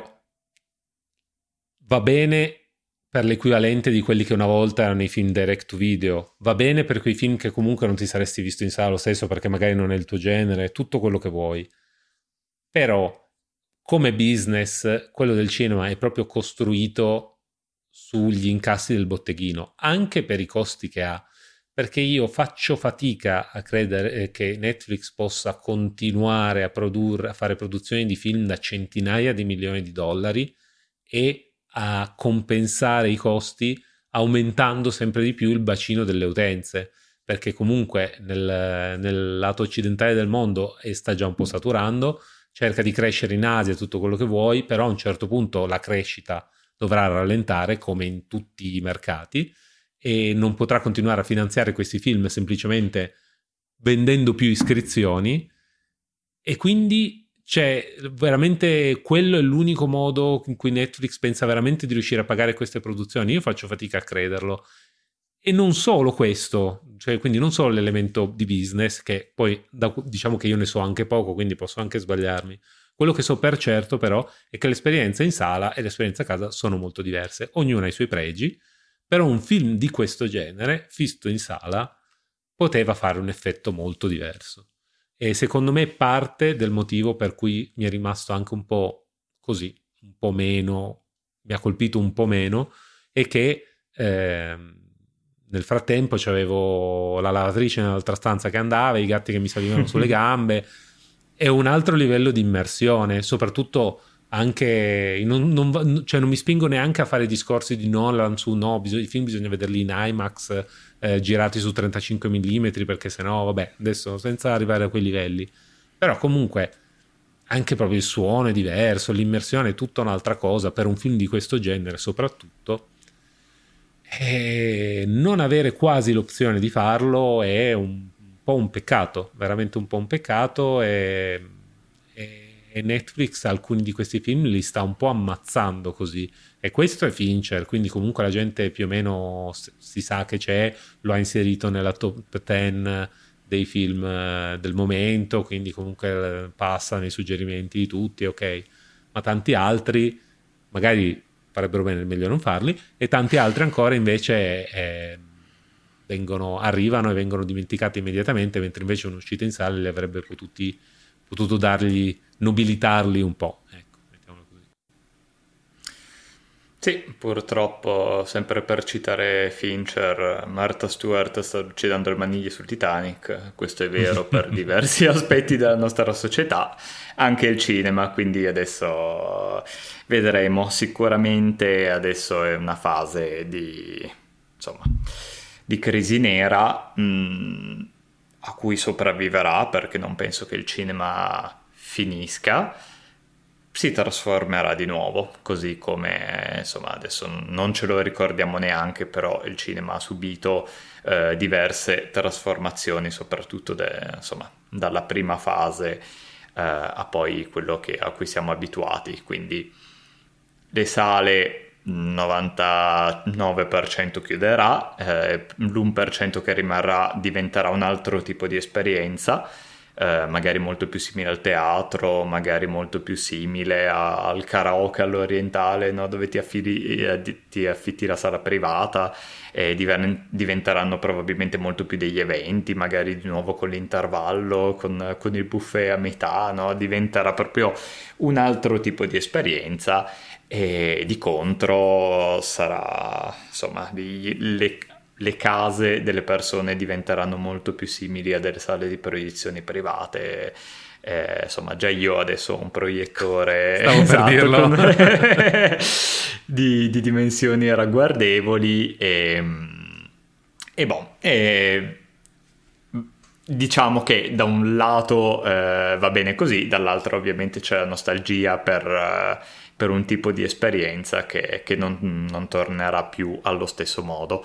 va bene per l'equivalente di quelli che una volta erano i film direct to video, va bene per quei film che comunque non ti saresti visto in sala lo stesso perché magari non è il tuo genere, tutto quello che vuoi. Però come business quello del cinema è proprio costruito sugli incassi del botteghino, anche per i costi che ha, perché io faccio fatica a credere che Netflix possa continuare a fare produzioni di film da centinaia di milioni di dollari e a compensare i costi aumentando sempre di più il bacino delle utenze, perché comunque nel lato occidentale del mondo sta già un po' saturando, cerca di crescere in Asia, tutto quello che vuoi, però a un certo punto la crescita dovrà rallentare come in tutti i mercati e non potrà continuare a finanziare questi film semplicemente vendendo più iscrizioni, e quindi c'è veramente, quello è l'unico modo in cui Netflix pensa veramente di riuscire a pagare queste produzioni. Io faccio fatica a crederlo. E non solo questo, cioè quindi non solo l'elemento di business, che poi diciamo che io ne so anche poco, quindi posso anche sbagliarmi. Quello che so per certo però è che l'esperienza in sala e l'esperienza a casa sono molto diverse, ognuna ha i suoi pregi, però un film di questo genere, visto in sala, poteva fare un effetto molto diverso. E secondo me parte del motivo per cui mi è rimasto anche un po' così, un po' meno, mi ha colpito un po' meno, è che nel frattempo c'avevo la lavatrice nell'altra stanza che andava, i gatti che mi salivano sulle gambe, e un altro livello di immersione, soprattutto anche cioè non mi spingo neanche a fare discorsi di Nolan su no, i film bisogna vederli in IMAX, girati su 35 mm, perché sennò vabbè, adesso senza arrivare a quei livelli, però comunque anche proprio il suono è diverso, l'immersione è tutta un'altra cosa per un film di questo genere soprattutto, e non avere quasi l'opzione di farlo è un po' un peccato, veramente un po' un peccato, e Netflix alcuni di questi film li sta un po' ammazzando così, e questo è Fincher, quindi comunque la gente più o meno si sa che c'è, lo ha inserito nella top 10 dei film del momento, quindi comunque passa nei suggerimenti di tutti, ok, ma tanti altri magari farebbero bene, meglio non farli, e tanti altri ancora invece arrivano e vengono dimenticati immediatamente, mentre invece un'uscita in sala li avrebbe potuto dargli, nobilitarli un po', ecco, mettiamolo così. Sì, purtroppo, sempre per citare Fincher, Martha Stewart sta uccidendo le maniglie sul Titanic, questo è vero per diversi aspetti della nostra società, anche il cinema, quindi adesso vedremo, sicuramente adesso è una fase di, insomma, di crisi nera, a cui sopravviverà perché non penso che il cinema finisca, si trasformerà di nuovo, così come insomma adesso non ce lo ricordiamo neanche, però il cinema ha subito diverse trasformazioni, soprattutto insomma, dalla prima fase a poi quello a cui siamo abituati, quindi le sale 99% chiuderà, l'1% che rimarrà diventerà un altro tipo di esperienza, magari molto più simile al teatro, magari molto più simile al karaoke all'orientale, no? Dove ti affitti la sala privata e diventeranno probabilmente molto più degli eventi, magari di nuovo con l'intervallo, con il buffet a metà, no? Diventerà proprio un altro tipo di esperienza e di contro sarà, insomma, le case delle persone diventeranno molto più simili a delle sale di proiezioni private. Insomma, già io adesso ho un proiettore Stavo per dirlo. di dimensioni ragguardevoli e diciamo che da un lato va bene così, dall'altro ovviamente c'è la nostalgia per un tipo di esperienza che non tornerà più allo stesso modo.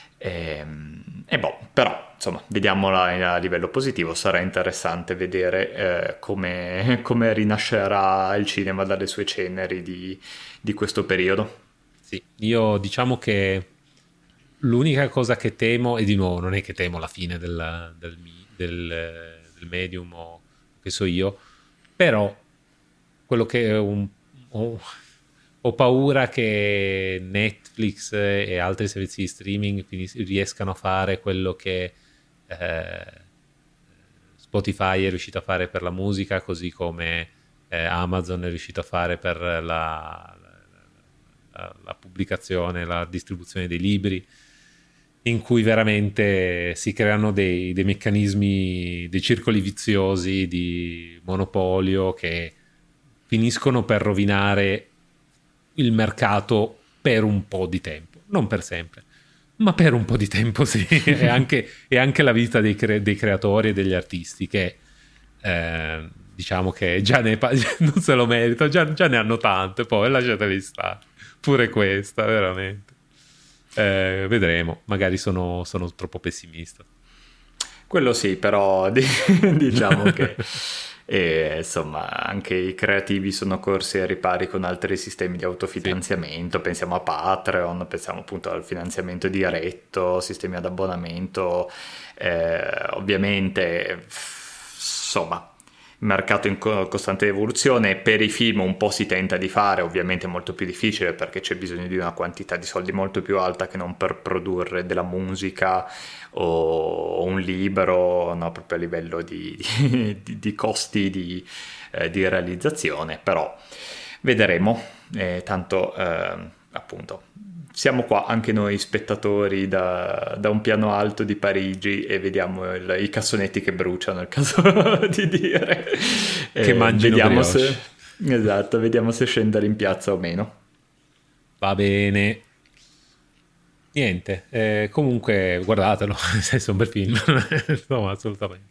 Però insomma, vediamola a livello positivo, sarà interessante vedere come rinascerà il cinema dalle sue ceneri di questo periodo. Sì, io diciamo che l'unica cosa che temo, e di nuovo non è che temo la fine del medium o che so io, però quello che ho paura che Netflix e altri servizi di streaming riescano a fare quello che Spotify è riuscito a fare per la musica, così come Amazon è riuscito a fare per la pubblicazione, la distribuzione dei libri, in cui veramente si creano dei meccanismi, dei circoli viziosi di monopolio che finiscono per rovinare il mercato per un po' di tempo, non per sempre, ma per un po' di tempo sì, e anche la vita dei creatori e degli artisti che diciamo che già non se lo merita, già ne hanno tante, poi lasciateli stare, pure questa veramente. Vedremo, magari sono troppo pessimista. Quello sì, però diciamo che insomma anche i creativi sono corsi ai ripari con altri sistemi di autofinanziamento, sì. Pensiamo a Patreon, pensiamo appunto al finanziamento diretto, sistemi ad abbonamento, ovviamente insomma il mercato in costante evoluzione. Per i film un po' si tenta di fare, ovviamente è molto più difficile perché c'è bisogno di una quantità di soldi molto più alta che non per produrre della musica o un libro, no? Proprio a livello di costi di realizzazione, però vedremo, tanto appunto siamo qua anche noi spettatori da un piano alto di Parigi e vediamo i cassonetti che bruciano, il caso di dire. Che mangino vediamo brioche. Esatto, vediamo se scendere in piazza o meno. Va bene. Niente, comunque guardatelo, è un bel film. No, assolutamente.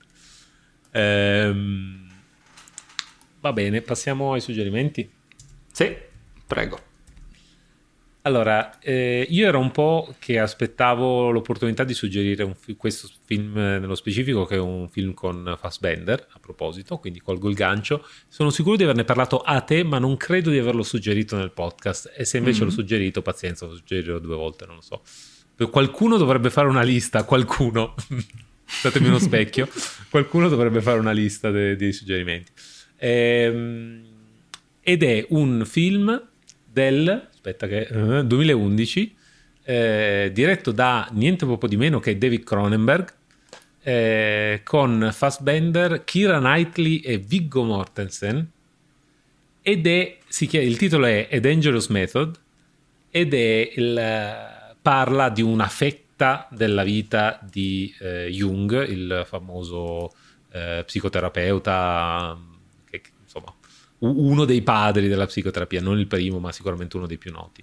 Va bene, passiamo ai suggerimenti. Sì, prego. Allora, io ero un po' che aspettavo l'opportunità di suggerire questo film nello specifico, che è un film con Fassbender, a proposito, quindi colgo il gancio. Sono sicuro di averne parlato a te, ma non credo di averlo suggerito nel podcast. E se invece l'ho suggerito, pazienza, lo suggerirò 2 volte, non lo so. Qualcuno dovrebbe fare una lista, qualcuno, datemi uno specchio, qualcuno dovrebbe fare una lista dei suggerimenti. Ed è un film del 2011, diretto da niente poco di meno che David Cronenberg, con Fassbender, Keira Knightley e Viggo Mortensen, il titolo è A Dangerous Method, parla di una fetta della vita di Jung, il famoso psicoterapeuta, che insomma uno dei padri della psicoterapia, non il primo ma sicuramente uno dei più noti.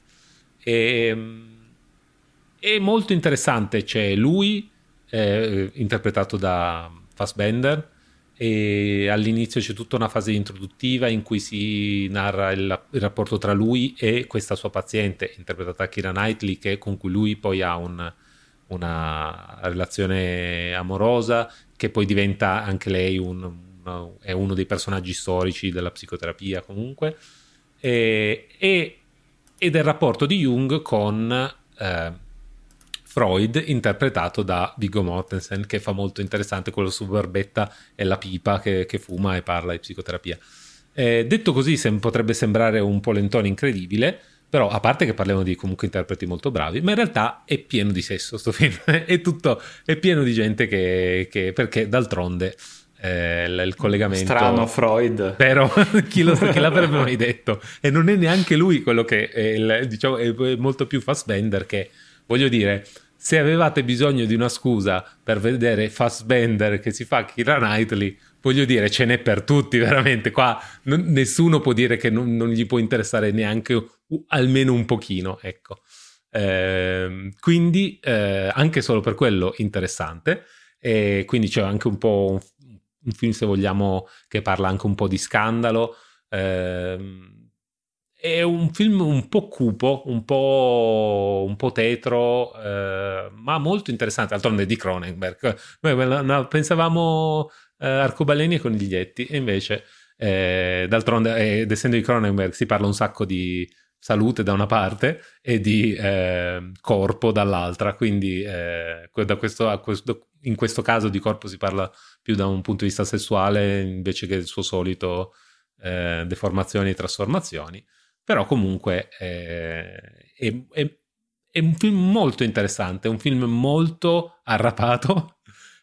È molto interessante, c'è lui interpretato da Fassbender, e all'inizio c'è tutta una fase introduttiva in cui si narra il rapporto tra lui e questa sua paziente interpretata da Keira Knightley, con cui lui poi ha una relazione amorosa, che poi diventa anche lei è uno dei personaggi storici della psicoterapia comunque, e del rapporto di Jung con Freud, interpretato da Viggo Mortensen, che fa molto interessante, quello su barbetta e la pipa che fuma e parla di psicoterapia. Detto così potrebbe sembrare un polentone incredibile, però a parte che parliamo di comunque interpreti molto bravi, ma in realtà è pieno di sesso sto film, è pieno di gente che perché d'altronde il collegamento strano Freud, però chi l'avrebbe mai detto, e non è neanche lui quello che diciamo, è molto più Fassbender, che voglio dire, se avevate bisogno di una scusa per vedere Fassbender che si fa Keira Knightley, voglio dire, ce n'è per tutti veramente, qua nessuno può dire che non gli può interessare neanche almeno un pochino, ecco. Quindi anche solo per quello interessante, e quindi c'è anche un po' un film, se vogliamo, che parla anche un po' di scandalo. È un film un po' cupo, un po' tetro, ma molto interessante. D'altronde di Cronenberg. Pensavamo arcobaleni e coniglietti, e invece d'altronde, ed essendo di Cronenberg, si parla un sacco di salute da una parte e di corpo dall'altra, quindi in questo caso di corpo si parla più da un punto di vista sessuale invece che il suo solito deformazioni e trasformazioni. Però comunque è un film molto interessante, è un film molto arrapato,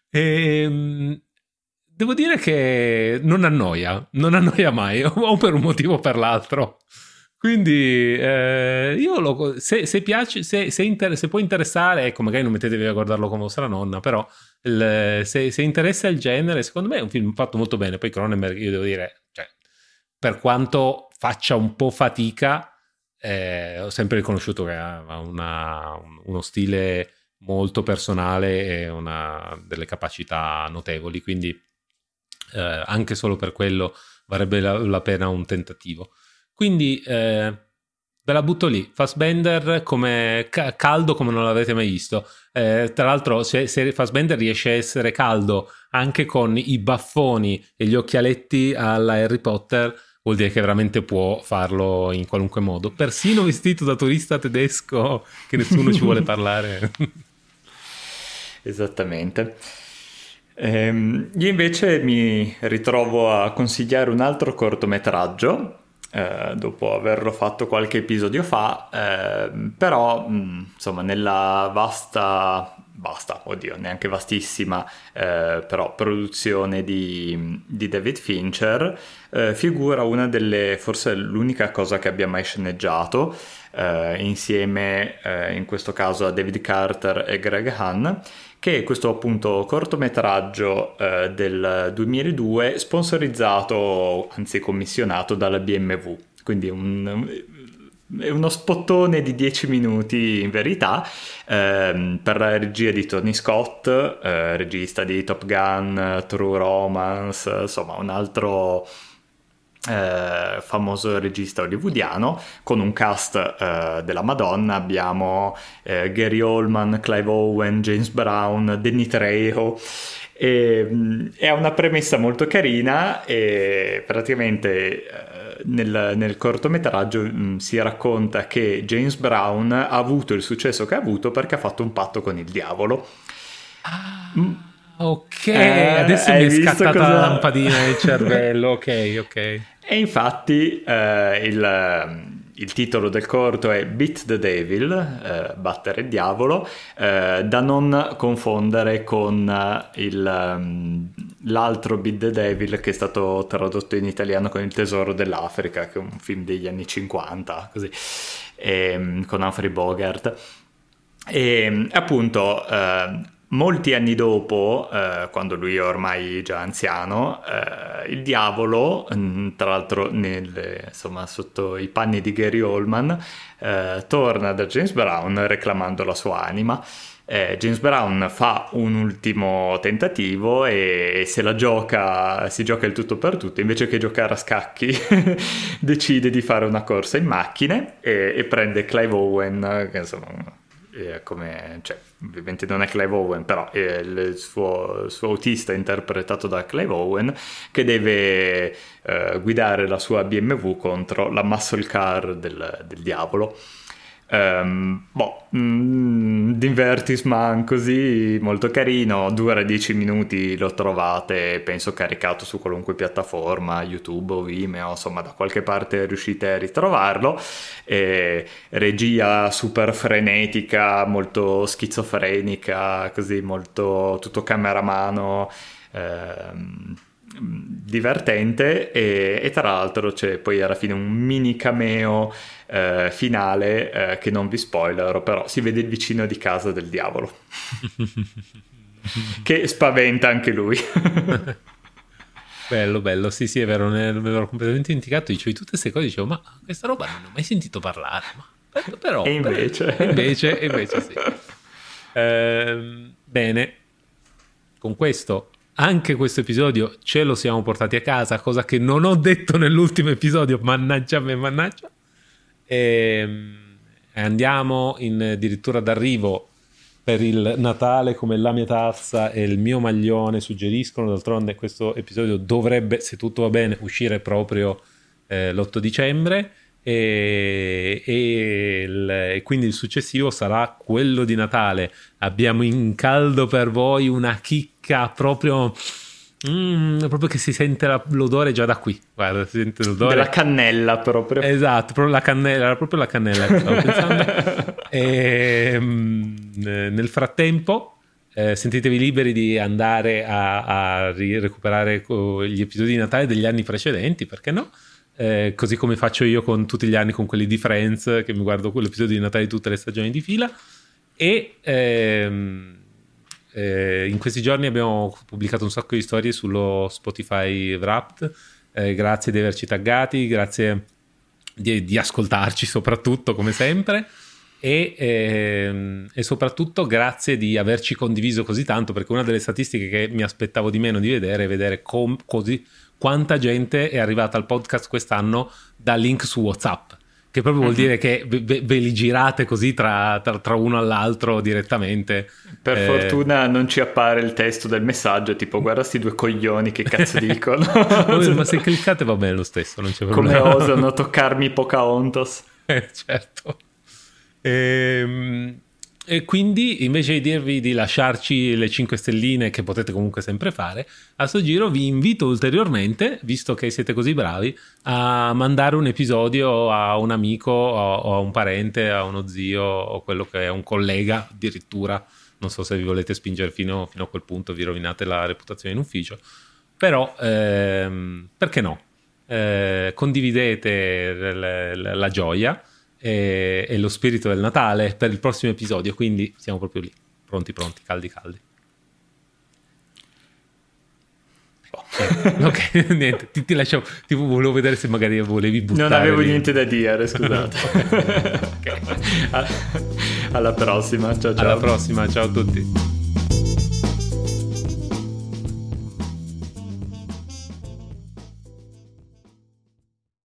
e devo dire che non annoia mai, o per un motivo o per l'altro. Quindi io se piace, se può interessare, ecco, magari non mettetevi a guardarlo come vostra nonna, però se interessa il genere, secondo me è un film fatto molto bene. Poi Cronenberg, io devo dire, cioè, per quanto faccia un po' fatica, ho sempre riconosciuto che ha uno stile molto personale e delle capacità notevoli, quindi anche solo per quello varrebbe la pena un tentativo. Quindi ve la butto lì, Fassbender come caldo come non l'avete mai visto. Tra l'altro, se Fassbender riesce a essere caldo anche con i baffoni e gli occhialetti alla Harry Potter, vuol dire che veramente può farlo in qualunque modo, persino vestito da turista tedesco che nessuno ci vuole parlare. Esattamente. Io invece mi ritrovo a consigliare un altro cortometraggio, dopo averlo fatto qualche episodio fa, però insomma nella vasta, oddio, neanche vastissima, però produzione di David Fincher, figura una delle, forse l'unica cosa che abbia mai sceneggiato, insieme in questo caso a David Carter e Greg Hahn, che è questo appunto cortometraggio del 2002, sponsorizzato, anzi commissionato dalla BMW, quindi è uno spottone di 10 minuti in verità, per la regia di Tony Scott, regista di Top Gun, True Romance, insomma un altro famoso regista hollywoodiano, con un cast della Madonna. Abbiamo Gary Oldman, Clive Owen, James Brown, Danny Trejo, e ha una premessa molto carina, e praticamente nel cortometraggio si racconta che James Brown ha avuto il successo che ha avuto perché ha fatto un patto con il diavolo. Ok, adesso mi è scattata la lampadina nel cervello. Ok. E infatti il titolo del corto è Beat the Devil, battere il diavolo, da non confondere con l'altro Beat the Devil, che è stato tradotto in italiano con Il tesoro dell'Africa, che è un film degli anni 50, così. con Humphrey Bogart. E appunto molti anni dopo, quando lui è ormai già anziano, il diavolo, tra l'altro insomma, sotto i panni di Gary Oldman, torna da James Brown reclamando la sua anima. James Brown fa un ultimo tentativo e si gioca il tutto per tutto. Invece che giocare a scacchi decide di fare una corsa in macchine e prende Clive Owen, che insomma ovviamente non è Clive Owen, però è il suo autista interpretato da Clive Owen, che deve guidare la sua BMW contro la muscle car del diavolo. Divertisman così molto carino, dura 10 minuti, lo trovate penso caricato su qualunque piattaforma, YouTube o Vimeo, insomma da qualche parte riuscite a ritrovarlo. Regia super frenetica, molto schizofrenica, così molto tutto camera a mano, divertente, e tra l'altro c'è poi alla fine un mini cameo finale che non vi spoilerò, però si vede il vicino di casa del diavolo che spaventa anche lui. Bello, sì, è vero, me l'ero completamente dimenticato. Dicevo tutte queste cose, dicevo, ma questa roba non ne ho mai sentito parlare, però e invece sì. Bene, con questo anche questo episodio ce lo siamo portati a casa, cosa che non ho detto nell'ultimo episodio, mannaggia me. E andiamo addirittura d'arrivo per il Natale, come la mia tazza e il mio maglione suggeriscono. D'altronde questo episodio dovrebbe, se tutto va bene, uscire proprio l'8 dicembre e quindi il successivo sarà quello di Natale. Abbiamo in caldo per voi una chicca proprio che si sente l'odore già da qui. Guarda, si sente l'odore della cannella proprio. Esatto, proprio la cannella, era proprio la cannella che stavo pensando. Nel frattempo sentitevi liberi di andare a recuperare gli episodi di Natale degli anni precedenti, perché no? Così come faccio io con tutti gli anni con quelli di Friends, che mi guardo quell'episodio di Natale di tutte le stagioni di fila. E in questi giorni abbiamo pubblicato un sacco di storie sullo Spotify Wrapped. Grazie di averci taggati, grazie di ascoltarci soprattutto, come sempre, e soprattutto grazie di averci condiviso così tanto, perché una delle statistiche che mi aspettavo di meno di vedere è vedere così quanta gente è arrivata al podcast quest'anno da link su WhatsApp, che proprio vuol dire che ve li girate così tra uno all'altro direttamente. Per fortuna non ci appare il testo del messaggio tipo guarda sti due coglioni che cazzo dicono. Ma se cliccate va bene lo stesso, non c'è problema. Come osano toccarmi Pocahontas. Certo. E quindi invece di dirvi di lasciarci le 5 stelline, che potete comunque sempre fare, a sto giro vi invito ulteriormente, visto che siete così bravi, a mandare un episodio a un amico o a un parente, a uno zio o quello che è un collega addirittura. Non so se vi volete spingere fino a quel punto, vi rovinate la reputazione in ufficio, però perché no? Condividete la gioia e lo spirito del Natale per il prossimo episodio, quindi siamo proprio lì, pronti, caldi. Ok, niente, ti lasciamo, ti volevo vedere se magari volevi buttare. Non avevo lì. niente da dire, scusate. Okay. Alla prossima, ciao. Alla prossima, ciao a tutti.